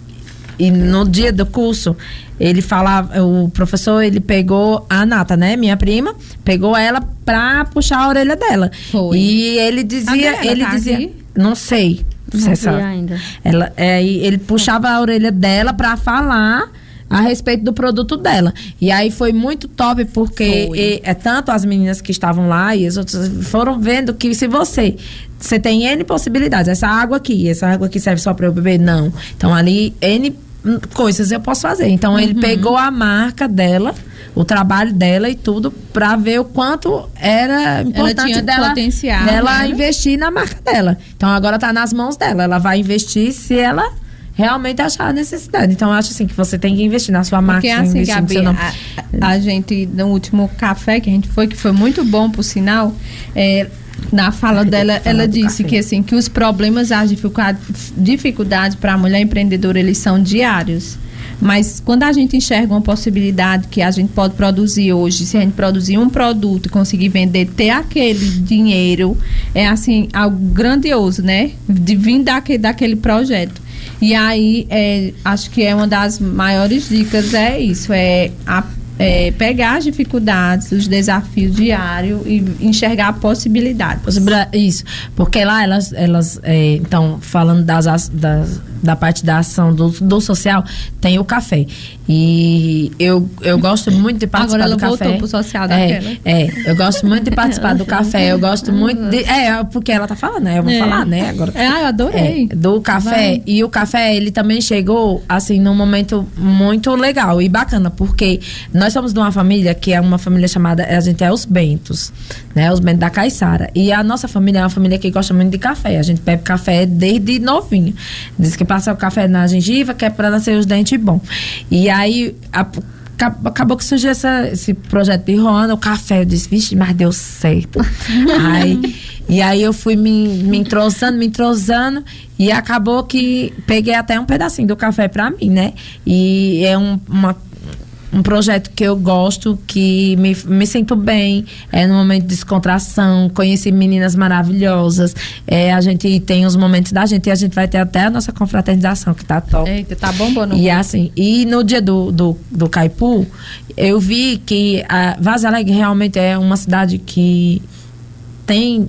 E no dia do curso, ele falava, o professor, ele pegou a Nata, né, minha prima, pegou ela pra puxar a orelha dela. Foi. E ele dizia, Ela ele tá dizia, aqui? não sei. Você sabe. ainda. Ela, é, ele puxava a orelha dela pra falar a respeito do produto dela. E aí foi muito top, porque e, é tanto as meninas que estavam lá e as outras foram vendo que se você você tem N possibilidades, essa água aqui, essa água aqui serve só para eu beber? Não. Então ali N coisas eu posso fazer. Então uhum. ele pegou a marca dela, o trabalho dela e tudo, para ver o quanto era importante ela dela, potencial, dela né? investir na marca dela. Então agora tá nas mãos dela. Ela vai investir se ela realmente achar a necessidade. Então eu acho assim que você tem que investir na sua marca. Porque assim, Gabi, a, a gente, no último café que a gente foi, que foi muito bom, por sinal, é, na fala dela, ela disse que assim, que os problemas, as dificuldades, dificuldades para a mulher empreendedora, eles são diários. Mas quando a gente enxerga uma possibilidade que a gente pode produzir hoje, se a gente produzir um produto e conseguir vender, ter aquele dinheiro, é assim, algo grandioso, né? De vir daquele, daquele projeto. E aí, é, acho que é uma das maiores dicas, é isso, é, a, é pegar as dificuldades, os desafios diários e enxergar a possibilidade. Isso, porque lá elas, elas é, então, falando das, das, da parte da ação do, do social, tem o café. E eu, eu gosto muito de participar Agora ela do café. Voltou pro social é, daquela. é, eu gosto muito de participar do café, eu gosto muito de... É, porque ela tá falando, né? Eu vou é. falar, né? Agora, é, eu adorei. É, do café. Vai. E o café, ele também chegou, assim, num momento muito legal e bacana, porque nós somos de uma família que é uma família chamada, a gente é os Bentos, né? Os Bentos da Caiçara. E a nossa família é uma família que gosta muito de café. A gente bebe café desde novinho. Diz que passa o café na gengiva, que é pra nascer os dentes bons. E aí, a, acabou que surgiu essa, esse projeto de Roana, o café. Eu disse, vixe, mas deu certo. aí, e aí eu fui me, me entrosando, me entrosando, e acabou que peguei até um pedacinho do café pra mim, né? E é um, uma um projeto que eu gosto, que me, me sinto bem, é no momento de descontração, conheci meninas maravilhosas, é, a gente tem os momentos da gente, e a gente vai ter até a nossa confraternização, que tá top. Eita, tá bombando. E assim, e no dia do, do, do Caipu, eu vi que a Vaza Alegre realmente é uma cidade que tem...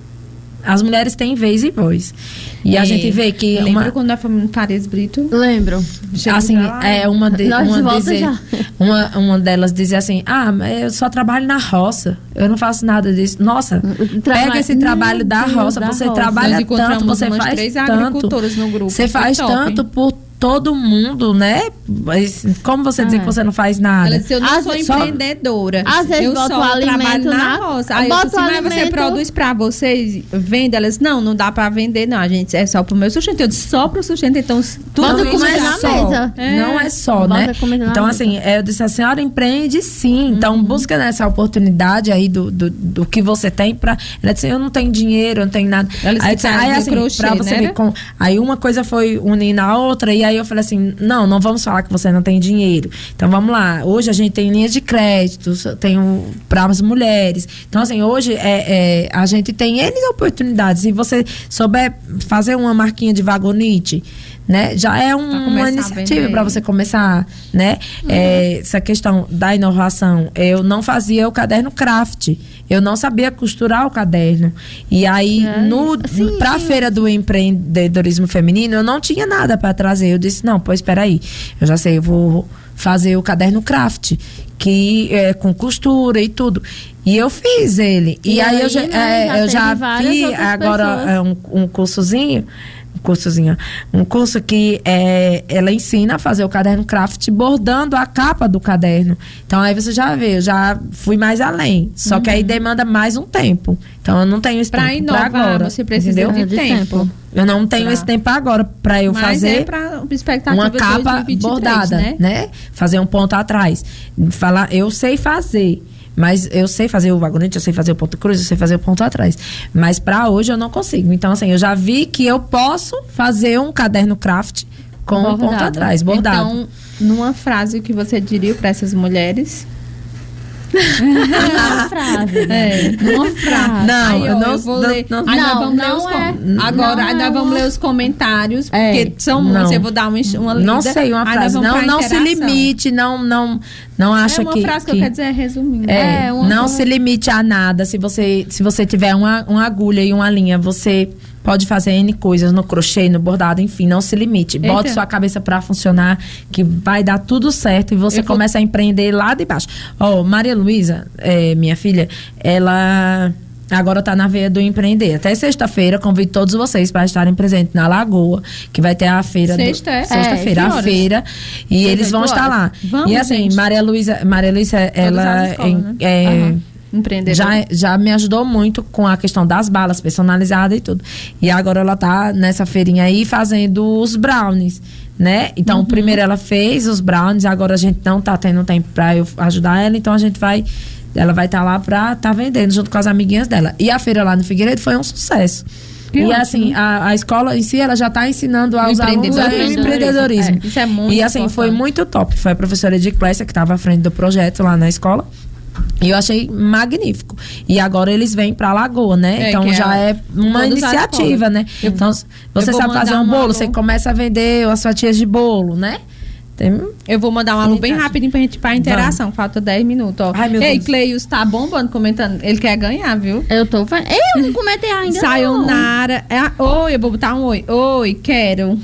As mulheres têm vez e voz. E é, a gente vê que... Lembra uma... quando nós fomos no Paris Brito? Lembro. Assim, é uma, de, uma, dizer, uma, uma delas dizia assim, ah, eu só trabalho na roça, eu não faço nada disso. Nossa, Traba... pega esse trabalho da roça, da você roça. trabalha tanto, você faz três tanto. agricultoras no grupo. Você faz top. tanto por todo mundo, né? Mas como você dizer é. que você não faz nada? Ela disse, eu não Às sou empreendedora. Às vezes eu boto só o alimento trabalho na, na roça. Aí eu disse, mas alimento... você produz pra vocês, vende? Elas, não, não dá pra vender, não. A gente é só pro meu sustento. Eu disse, só pro sustento, então tudo isso não é na só. Mesa. É. Não é só, né? Então, assim, eu disse, a senhora empreende sim. Uhum. Então, busca nessa oportunidade aí do, do, do que você tem pra... Ela disse, eu não tenho dinheiro, eu não tenho nada. Ela aí, disse, aí assim, crochê, pra você né? ver com... Aí uma coisa foi unindo a outra, e aí eu falei assim, não, não vamos falar que você não tem dinheiro. Então, vamos lá. Hoje a gente tem linhas de crédito, tem um, para as mulheres. Então, assim, hoje é, é, a gente tem N oportunidades. Se você souber fazer uma marquinha de vagonite, né, já é um, uma iniciativa para você começar, né? Uhum. É, essa questão da inovação. Eu não fazia o caderno craft. Eu não sabia costurar o caderno. E aí, é. no, sim, pra sim. feira do empreendedorismo feminino, eu não tinha nada para trazer. Eu disse, não, pois espera aí. Eu já sei, eu vou fazer o caderno craft, que é com costura e tudo. E eu fiz ele. E, e aí, aí, eu já, né, é, já, eu já vi agora é, um, um cursozinho, um cursozinho, um curso que é, ela ensina a fazer o caderno craft bordando a capa do caderno. Então aí você já vê, eu já fui mais além. Só uhum. que aí demanda mais um tempo. Então eu não tenho esse pra tempo inovar, pra agora. Você precisa entendeu? de, de tempo. tempo. Eu não tenho pra... esse tempo agora para eu Mas fazer é pra expectativa uma capa dois mil e vinte e três, bordada, né? né? Fazer um ponto atrás. Falar, eu sei fazer. Mas eu sei fazer o vagonete, eu sei fazer o ponto cruz, eu sei fazer o ponto atrás. Mas para hoje eu não consigo. Então, assim, eu já vi que eu posso fazer um caderno craft com um ponto atrás, bordado. Então, numa frase que você diria para essas mulheres... Uma frase, né? É, uma frase. Não, aí, ó, eu não, eu vou não, ler. não, Aí não, nós vamos não ler os é, com... Agora, não ainda é vamos uma... ler os comentários, é. porque são não. muitos. Eu vou dar uma, uma lida. Não sei uma frase. Não, não se limite, não, não, não acha que... É uma que, frase que, que eu quero dizer, resumindo. É, é uma, não uma... se limite a nada. Se você, se você tiver uma, uma agulha e uma linha, você pode fazer N coisas no crochê, no bordado, enfim, não se limite. Bote Eita. sua cabeça pra funcionar, que vai dar tudo certo e você Eu vou- começa a empreender lá de baixo. Ó, Maria Luísa, é, minha filha, ela agora tá na veia do empreender. Até sexta-feira, convido todos vocês para estarem presentes na Lagoa, que vai ter a feira. Sexta, é? do, Sexta-feira, É, que a horas? feira. E eles vão dezoito estar lá. horas. Vamos, e assim, gente. Maria Luísa, Maria Luísa, ela escola, em- né? é, Aham. Empreendedora. já, já me ajudou muito com a questão das balas personalizadas e tudo. E agora ela tá nessa feirinha aí fazendo os brownies, né? Então, Uhum. primeiro ela fez os brownies, agora a gente não tá tendo tempo pra eu ajudar ela, então a gente vai... Ela vai estar lá pra tá vendendo junto com as amiguinhas dela. E a feira lá no Figueiredo foi um sucesso. Que e ótimo. assim, a, a escola em si, ela já tá ensinando aos alunos o empreendedorismo. empreendedorismo. É, isso é muito E assim, foi importante. muito top. Foi a professora de Clécia que estava à frente do projeto lá na escola. E eu achei magnífico. E agora eles vêm pra Lagoa, né? É, então que é já é uma todas as iniciativa, escolas. né? Eu- Então, eu você vou sabe fazer mandar um um bolo, alô. você começa a vender as fatias de bolo, né? Tem... Eu vou mandar um alô bem Verdade. rapidinho pra gente pra interação. Falta dez minutos, ó. Ai, meu Ei, Deus. Cleios tá bombando, comentando. Ele quer ganhar, viu? Eu tô vendo. Eu não comentei ainda. não. Sayonara. É, a- oi, eu vou botar um oi. Oi, quero.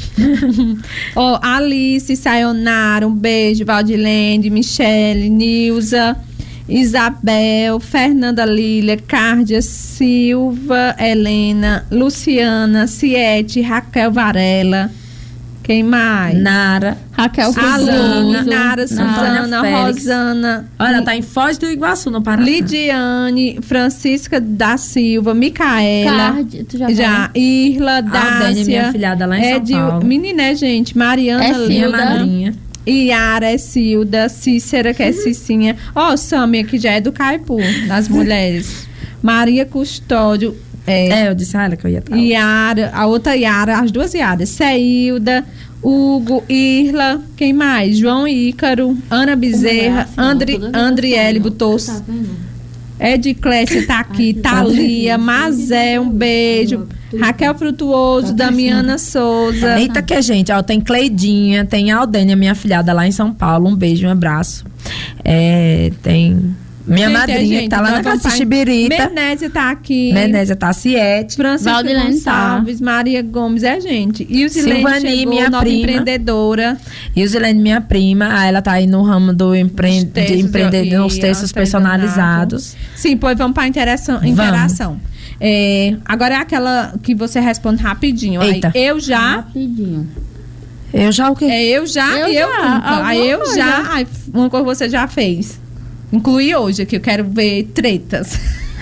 Ó, Alice, Sayonara, um beijo. Valdilene, Michele, Nilza, Isabel, Fernanda Lília, Cárdia Silva, Helena, Luciana, Ciete, Raquel Varela. Quem mais? Nara. Raquel Aline, Frutuoso. Nara, Antônia Suzana, Félix. Rosana, Olha, ela tá em Foz do Iguaçu, no Paraná. Lidiane, Francisca da Silva, Micaela, Card, tu já já, falou? Irla, Aldênia, Dácia, minha filhada lá em São Edil- Paulo. menina, é gente, Mariana, É Minha Lima, Silda. madrinha. Yara, é Cilda, Cícera, que é Cicinha, ó, Sâmia, que já é do Caipu, das mulheres, Maria Custódio, é, É, eu disse a ela que eu ia estar. Yara, a outra Yara, as duas Yaras, Ceilda, Hugo, Irla, quem mais? João Ícaro, Ana Bezerra, Andri, Andriele botou. Tá vendo? Ed Clécia tá aqui, Thalia, Mazé, um beijo. Raquel Frutuoso, Damiana Souza. Eita que é gente, ó, tem Cleidinha, tem Aldênia, minha filhada lá em São Paulo, um beijo, um abraço. É, tem minha Gente, é madrinha gente, que tá lá nós na vamos Casa pra- Chibirita. Menésia tá aqui. Menésia Tassiete. Francisca Valdilene Gonçalves, Maria Gomes, é gente. E o Silene Silvani, chegou, minha nova prima. empreendedora. E o Zilene, minha prima, ah, ela tá aí no ramo do empre... Os de textos empreender e nos textos artesanato. personalizados. Sim, pois vamos para interação. interação. É, agora é aquela que você responde rapidinho. Aí, Eita. eu já. Rapidinho. Eu já o quê? É eu já Eu e eu já, nunca. Aí alguma eu coisa. já. Aí, uma coisa você já fez. Inclui hoje, que eu quero ver tretas.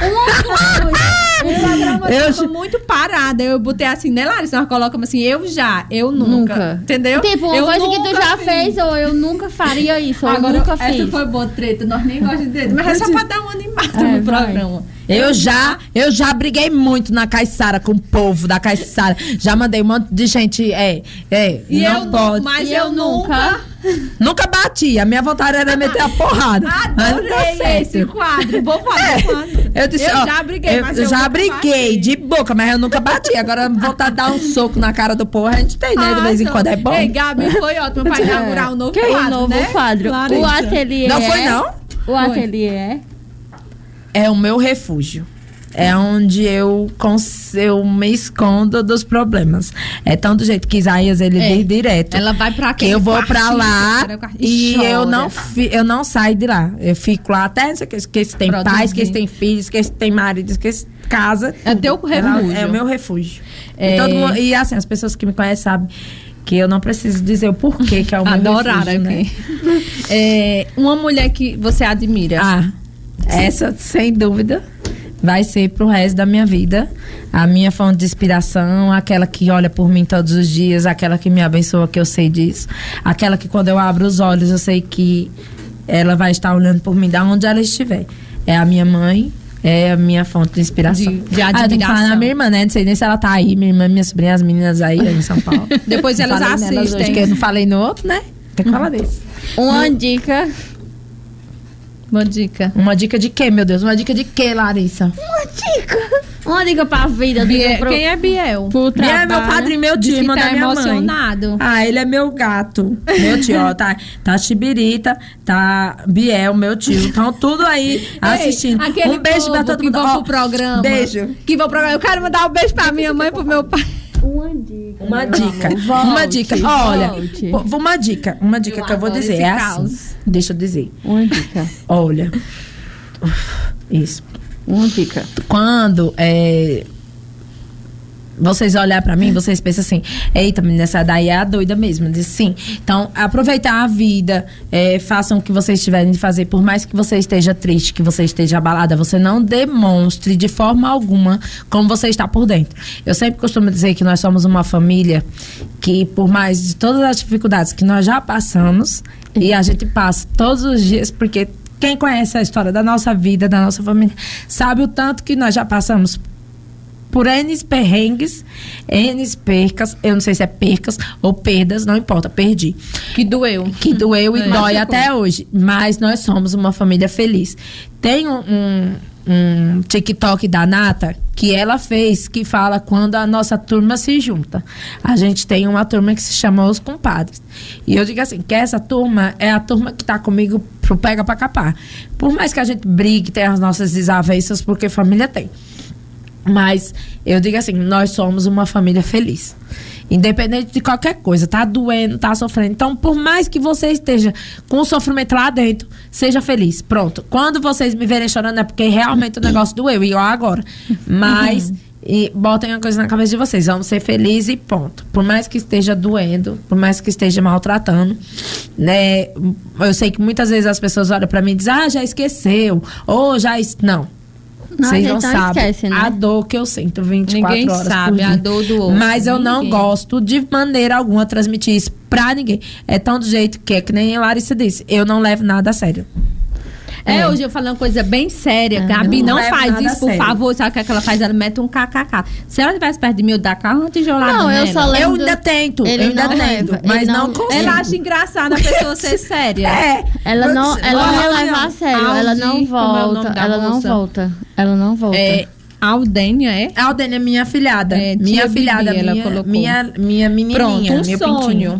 Eu Eu já- tô muito parada. Eu botei assim, né, Larissa? Nós colocamos assim, eu já, eu nunca. Nunca. Entendeu? Tipo, uma eu coisa que tu nunca já fiz. fez, ou eu nunca faria isso, ou eu Agora, nunca essa fiz. foi boa treta. Nós nem gostamos de treta. Mas é só pra dar um animado É, no vai. programa. Eu já, eu já briguei muito na Caiçara com o povo da Caiçara. Já mandei um monte de gente, é, é, E não eu, nu- pode. Mas E eu, eu nunca. nunca. Nunca bati. A minha vontade era meter a porrada. Mas não deu Adorei certo. esse quadro. Vou fazer o quadro. Eu disse, eu ó, já briguei, eu, mas eu eu já nunca briguei bati. de boca, mas eu nunca bati. Agora vontade de dar um soco na cara do povo, a gente tem, né? De Ah, vez em então. quando é bom. Ei, Gabi, foi ótimo pra inaugurar um novo Que quadro, o novo né? quadro. Larissa. O ateliê. Não foi, não? O ateliê. É o meu refúgio. É onde eu, cons- eu me escondo dos problemas. É tão do jeito que Isaías, ele É. diz direto. Ela vai pra Que aquele eu vou pra quartinho, lá aquele quartinho, e chora. eu não, fi- eu não saio de lá. Eu fico lá até não sei o que, que se tem Produzir. pais, que se tem filhos, que se tem maridos, que se casa. É tudo. teu refúgio. É, é o meu refúgio. É. E, todo mundo- e assim, as pessoas que me conhecem sabem que eu não preciso dizer o porquê que é o meu Adoraram refúgio, né? aqui. É, uma mulher que você admira. Ah, essa, sem dúvida, vai ser pro resto da minha vida. A minha fonte de inspiração, aquela que olha por mim todos os dias, aquela que me abençoa, que eu sei disso. Aquela que quando eu abro os olhos, eu sei que ela vai estar olhando por mim, da onde ela estiver. É a minha mãe, é a minha fonte de inspiração. De- de Ah, eu tenho que falar admiração. na minha irmã, né? Não sei nem se ela tá aí, minha irmã, minha sobrinha, as meninas aí em São Paulo. Depois Não elas falei nelas hoje, que eu assistem. não falei no outro, né? Tem que falar desse. Uma dica. Uma dica. Uma dica de quê, meu Deus? Uma dica de quê, Larissa? Uma dica. Uma dica pra vida. Biel, pro, quem é Biel? Pro Biel é meu trabalho. padrinho, meu tio, Diz que irmão tá da minha emocionado. mãe. Ah, ele é meu gato. Meu tio, ó, tá, tá Chibirita, tá Biel, meu tio. Estão tudo aí assistindo. Ei, aquele um beijo pra povo todo que mundo. vão Ó, pro programa. Beijo. Que vão pro programa. Eu quero mandar um beijo pra minha mãe e pro meu pai. Uma dica. Uma dica. Volte, uma dica. Olha, volte. pô, uma dica. Uma dica Eu que eu vou adoro dizer. esse É caos. assim. Deixa eu dizer. Uma dica. Olha. Isso. Uma dica. Quando é, vocês olhar pra mim, vocês pensam assim: eita, menina, essa daí é a doida mesmo. Diz sim. Então, aproveitar a vida, é, façam o que vocês tiverem de fazer, por mais que você esteja triste, que você esteja abalada, você não demonstre de forma alguma como você está por dentro. Eu sempre costumo dizer que nós somos uma família que, por mais de todas as dificuldades que nós já passamos, e a gente passa todos os dias, porque quem conhece a história da nossa vida, da nossa família, sabe o tanto que nós já passamos por N perrengues, N percas, eu não sei se é percas ou perdas, não importa, perdi. Que doeu. Que doeu e É. dói Machucou. até hoje. Mas nós somos uma família feliz. Tem um, um, um TikTok da Nata que ela fez, que fala quando a nossa turma se junta. A gente tem uma turma que se chama Os Compadres. E eu digo assim, que essa turma é a turma que tá comigo pro pega pra capar. Por mais que a gente brigue, tenha as nossas desavenças, porque família tem. Mas eu digo assim, nós somos uma família feliz. Independente de qualquer coisa, tá doendo, tá sofrendo. Então, por mais que você esteja com o sofrimento lá dentro, seja feliz. Pronto. Quando vocês me verem chorando é porque realmente o negócio doeu, igual agora. Mas e botem uma coisa na cabeça de vocês, vamos ser felizes e ponto. Por mais que esteja doendo, por mais que esteja maltratando, né? Eu sei que muitas vezes as pessoas olham pra mim e dizem, ah, já esqueceu, ou já... Es... Não. Não, Vocês a não gente não sabem esquece, né? a dor que eu sinto vinte e quatro Ninguém horas sabe por dia. a dor do outro. Mas eu não Ninguém. gosto de maneira alguma transmitir isso pra ninguém. É tão do jeito que é que nem a Larissa disse. Eu não levo nada a sério. É, É. hoje eu falando uma coisa bem séria. Gabi, não não, leva faz nada isso, a por sério. favor. Sabe o que, é que ela faz? Ela mete um kkk. Se ela estivesse perto de mim, eu dar carro uma tijolada Não, eu nela. só lembro- Eu Lendo- ainda tento, Ele eu ainda não tento, leva, mas ele não, não- consigo. Ela acha engraçada a pessoa ser séria. É. Ela não, ela não Olha, leva a sério, ela Aldi, não como é o nome volta, da ela não moça? volta, ela não volta. É, Aldênia, é? A Aldênia é minha filhada. É, tia minha Bibi, filhada, ela minha, colocou. minha, minha menininha, Pronto, um meu sonho. pintinho.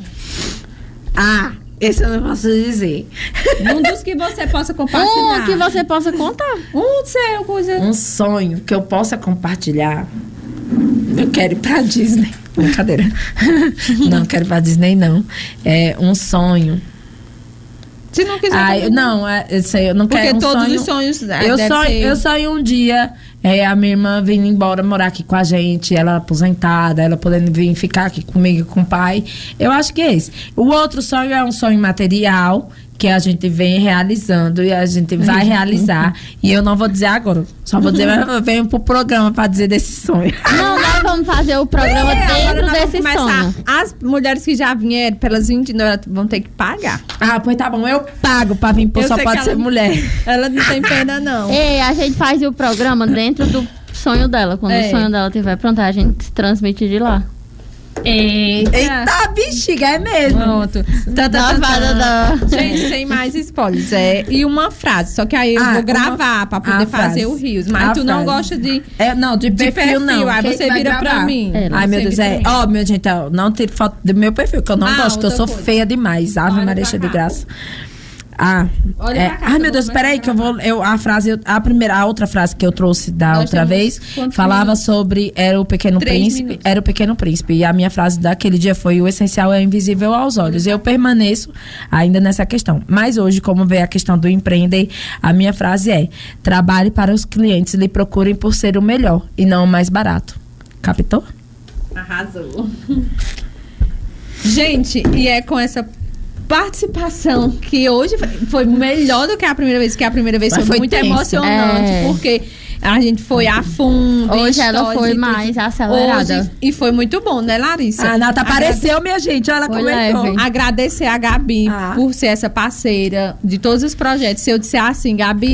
Ah, esse eu não posso dizer. Um dos que você possa compartilhar. Um que você possa contar. Um seu, coisa. Um sonho que eu possa compartilhar. Eu quero ir pra Disney. Brincadeira. Não quero ir pra Disney, não. É um sonho. Se não quiser. Ah, também eu, não, é, eu sei, eu não Porque quero um todos sonho. os sonhos. né, Eu deve sonho, ser- eu sonho um dia é, a minha irmã vindo embora morar aqui com a gente, ela aposentada, ela podendo vir ficar aqui comigo e com o pai. Eu acho que é esse. O outro sonho é um sonho material que a gente vem realizando e a gente vai realizar. E eu não vou dizer agora, só vou dizer, eu venho pro programa pra dizer desse sonho. Não, nós vamos fazer o programa É, agora dentro nós vamos desse começar. sonho. As mulheres que já vieram pelas vinte e nove vão ter que pagar. Ah, pois tá bom, eu pago pra vir, pô, Eu só sei pode que ser ela- mulher. Ela não tem pena, não. Ei, a gente faz o programa dentro do sonho dela. Quando É. o sonho dela tiver pronto, a gente transmite de lá. Eita. Eita, bexiga, é mesmo. Pronto. Tá, tá, tá, Nós vai tá. dar- Gente, sem mais spoilers. É, e uma frase. Só que aí eu Ah, vou uma- gravar pra a poder frase. fazer o rios. Mas A tu não frase. gosta de, É, não, de, de perfil, perfil. não. Aí Quem você vai vira pra gravar? mim. É, Ai, meu Você Deus, vira é. pra mim. Ó, minha gente, ó, não tire foto do meu perfil, que eu não Ah, gosto, que eu outra sou coisa. feia demais. Ave Olha Maria, pra cheia de cá. graça. Ah, Olha é. pra cá, Ai, que meu eu Deus, vou peraí, que eu vou. Eu, a frase, eu- a primeira, a outra frase que eu trouxe da Nós outra temos vez quantos falava minutos? sobre era o Pequeno Três Príncipe. minutos. Era o Pequeno Príncipe. E a minha frase daquele dia foi: o essencial é invisível aos olhos. E eu permaneço ainda nessa questão. Mas hoje, como vê a questão do empreender, a minha frase é: trabalhe para os clientes, lhe procurem por ser o melhor e não o mais barato. Captou? Arrasou. Gente, e é com essa participação que hoje foi- foi melhor do que a primeira vez, que a primeira vez Mas foi, foi muito tenso. emocionante, É. porque a gente foi a fundo. em Hoje ela histórias foi e tudo. mais acelerada. Hoje- e foi muito bom, né, Larissa? A Nata Agrade- apareceu, minha gente. Ela Foi comentou. leve. Agradecer a Gabi Ah. por ser essa parceira de todos os projetos. Se eu disser assim, Gabi,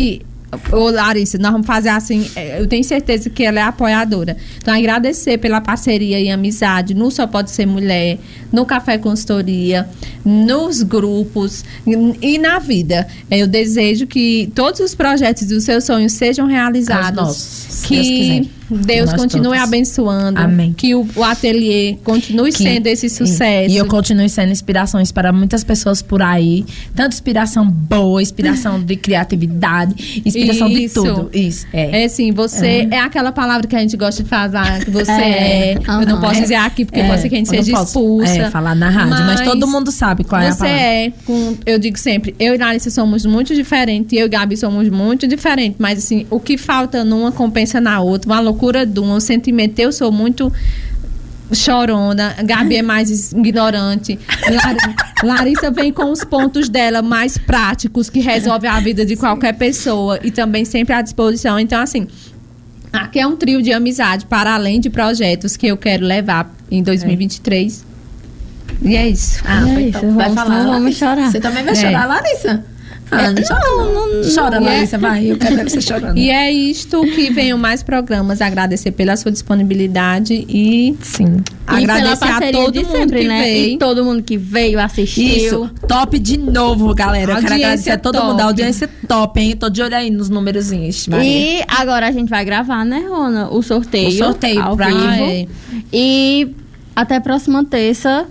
Ô, Larissa, nós vamos fazer assim, eu tenho certeza que ela é apoiadora. Então, agradecer pela parceria e amizade no Só Pode Ser Mulher, no Café Consultoria, nos grupos e na vida. Eu desejo que todos os projetos dos seus sonhos sejam realizados. Nossos, que Deus, Deus continue todos. abençoando. Amém. Que o, o ateliê continue que, sendo esse sucesso. E, e eu continue sendo inspirações para muitas pessoas por aí. Tanto inspiração boa, inspiração de criatividade, inspiração Isso. de tudo. Isso. É, é assim, você é. é aquela palavra que a gente gosta de falar, que você é. é. Uhum. Eu não posso dizer aqui, porque é. pode ser que a gente eu seja expulsa. É, falar na rádio, mas, mas todo mundo sabe qual é a palavra. Você é, com, eu digo sempre, eu e Larissa somos muito diferentes, eu e Gabi somos muito diferentes, mas assim, o que falta numa compensa na outra, uma loucura de um, um sentimento, eu sou muito chorona, Gabi é mais ignorante, Lar, Larissa vem com os pontos dela mais práticos, que resolve a vida de qualquer pessoa e também sempre à disposição. Então, assim, aqui é um trio de amizade, para além de projetos que eu quero levar em dois mil e vinte e três. É. E é isso. Ah, é isso. Então, vai vamos, falar, não vamos chorar. Você também vai é. chorar, Larissa? Ah, não, não, não, não chora, Larissa, é. vai. Eu quero ver você chorando. E é isto, que venham mais programas. Agradecer pela sua disponibilidade e, sim, agradecer a todo mundo sempre, que né? veio. E todo mundo que veio, assistiu. Isso, top de novo, galera. Eu quero agradecer a todo top. mundo. A audiência é top, hein? Tô de olho aí nos númerozinhos. E agora a gente vai gravar, né, Rona? O sorteio. O sorteio ao pra vivo. E até a próxima terça.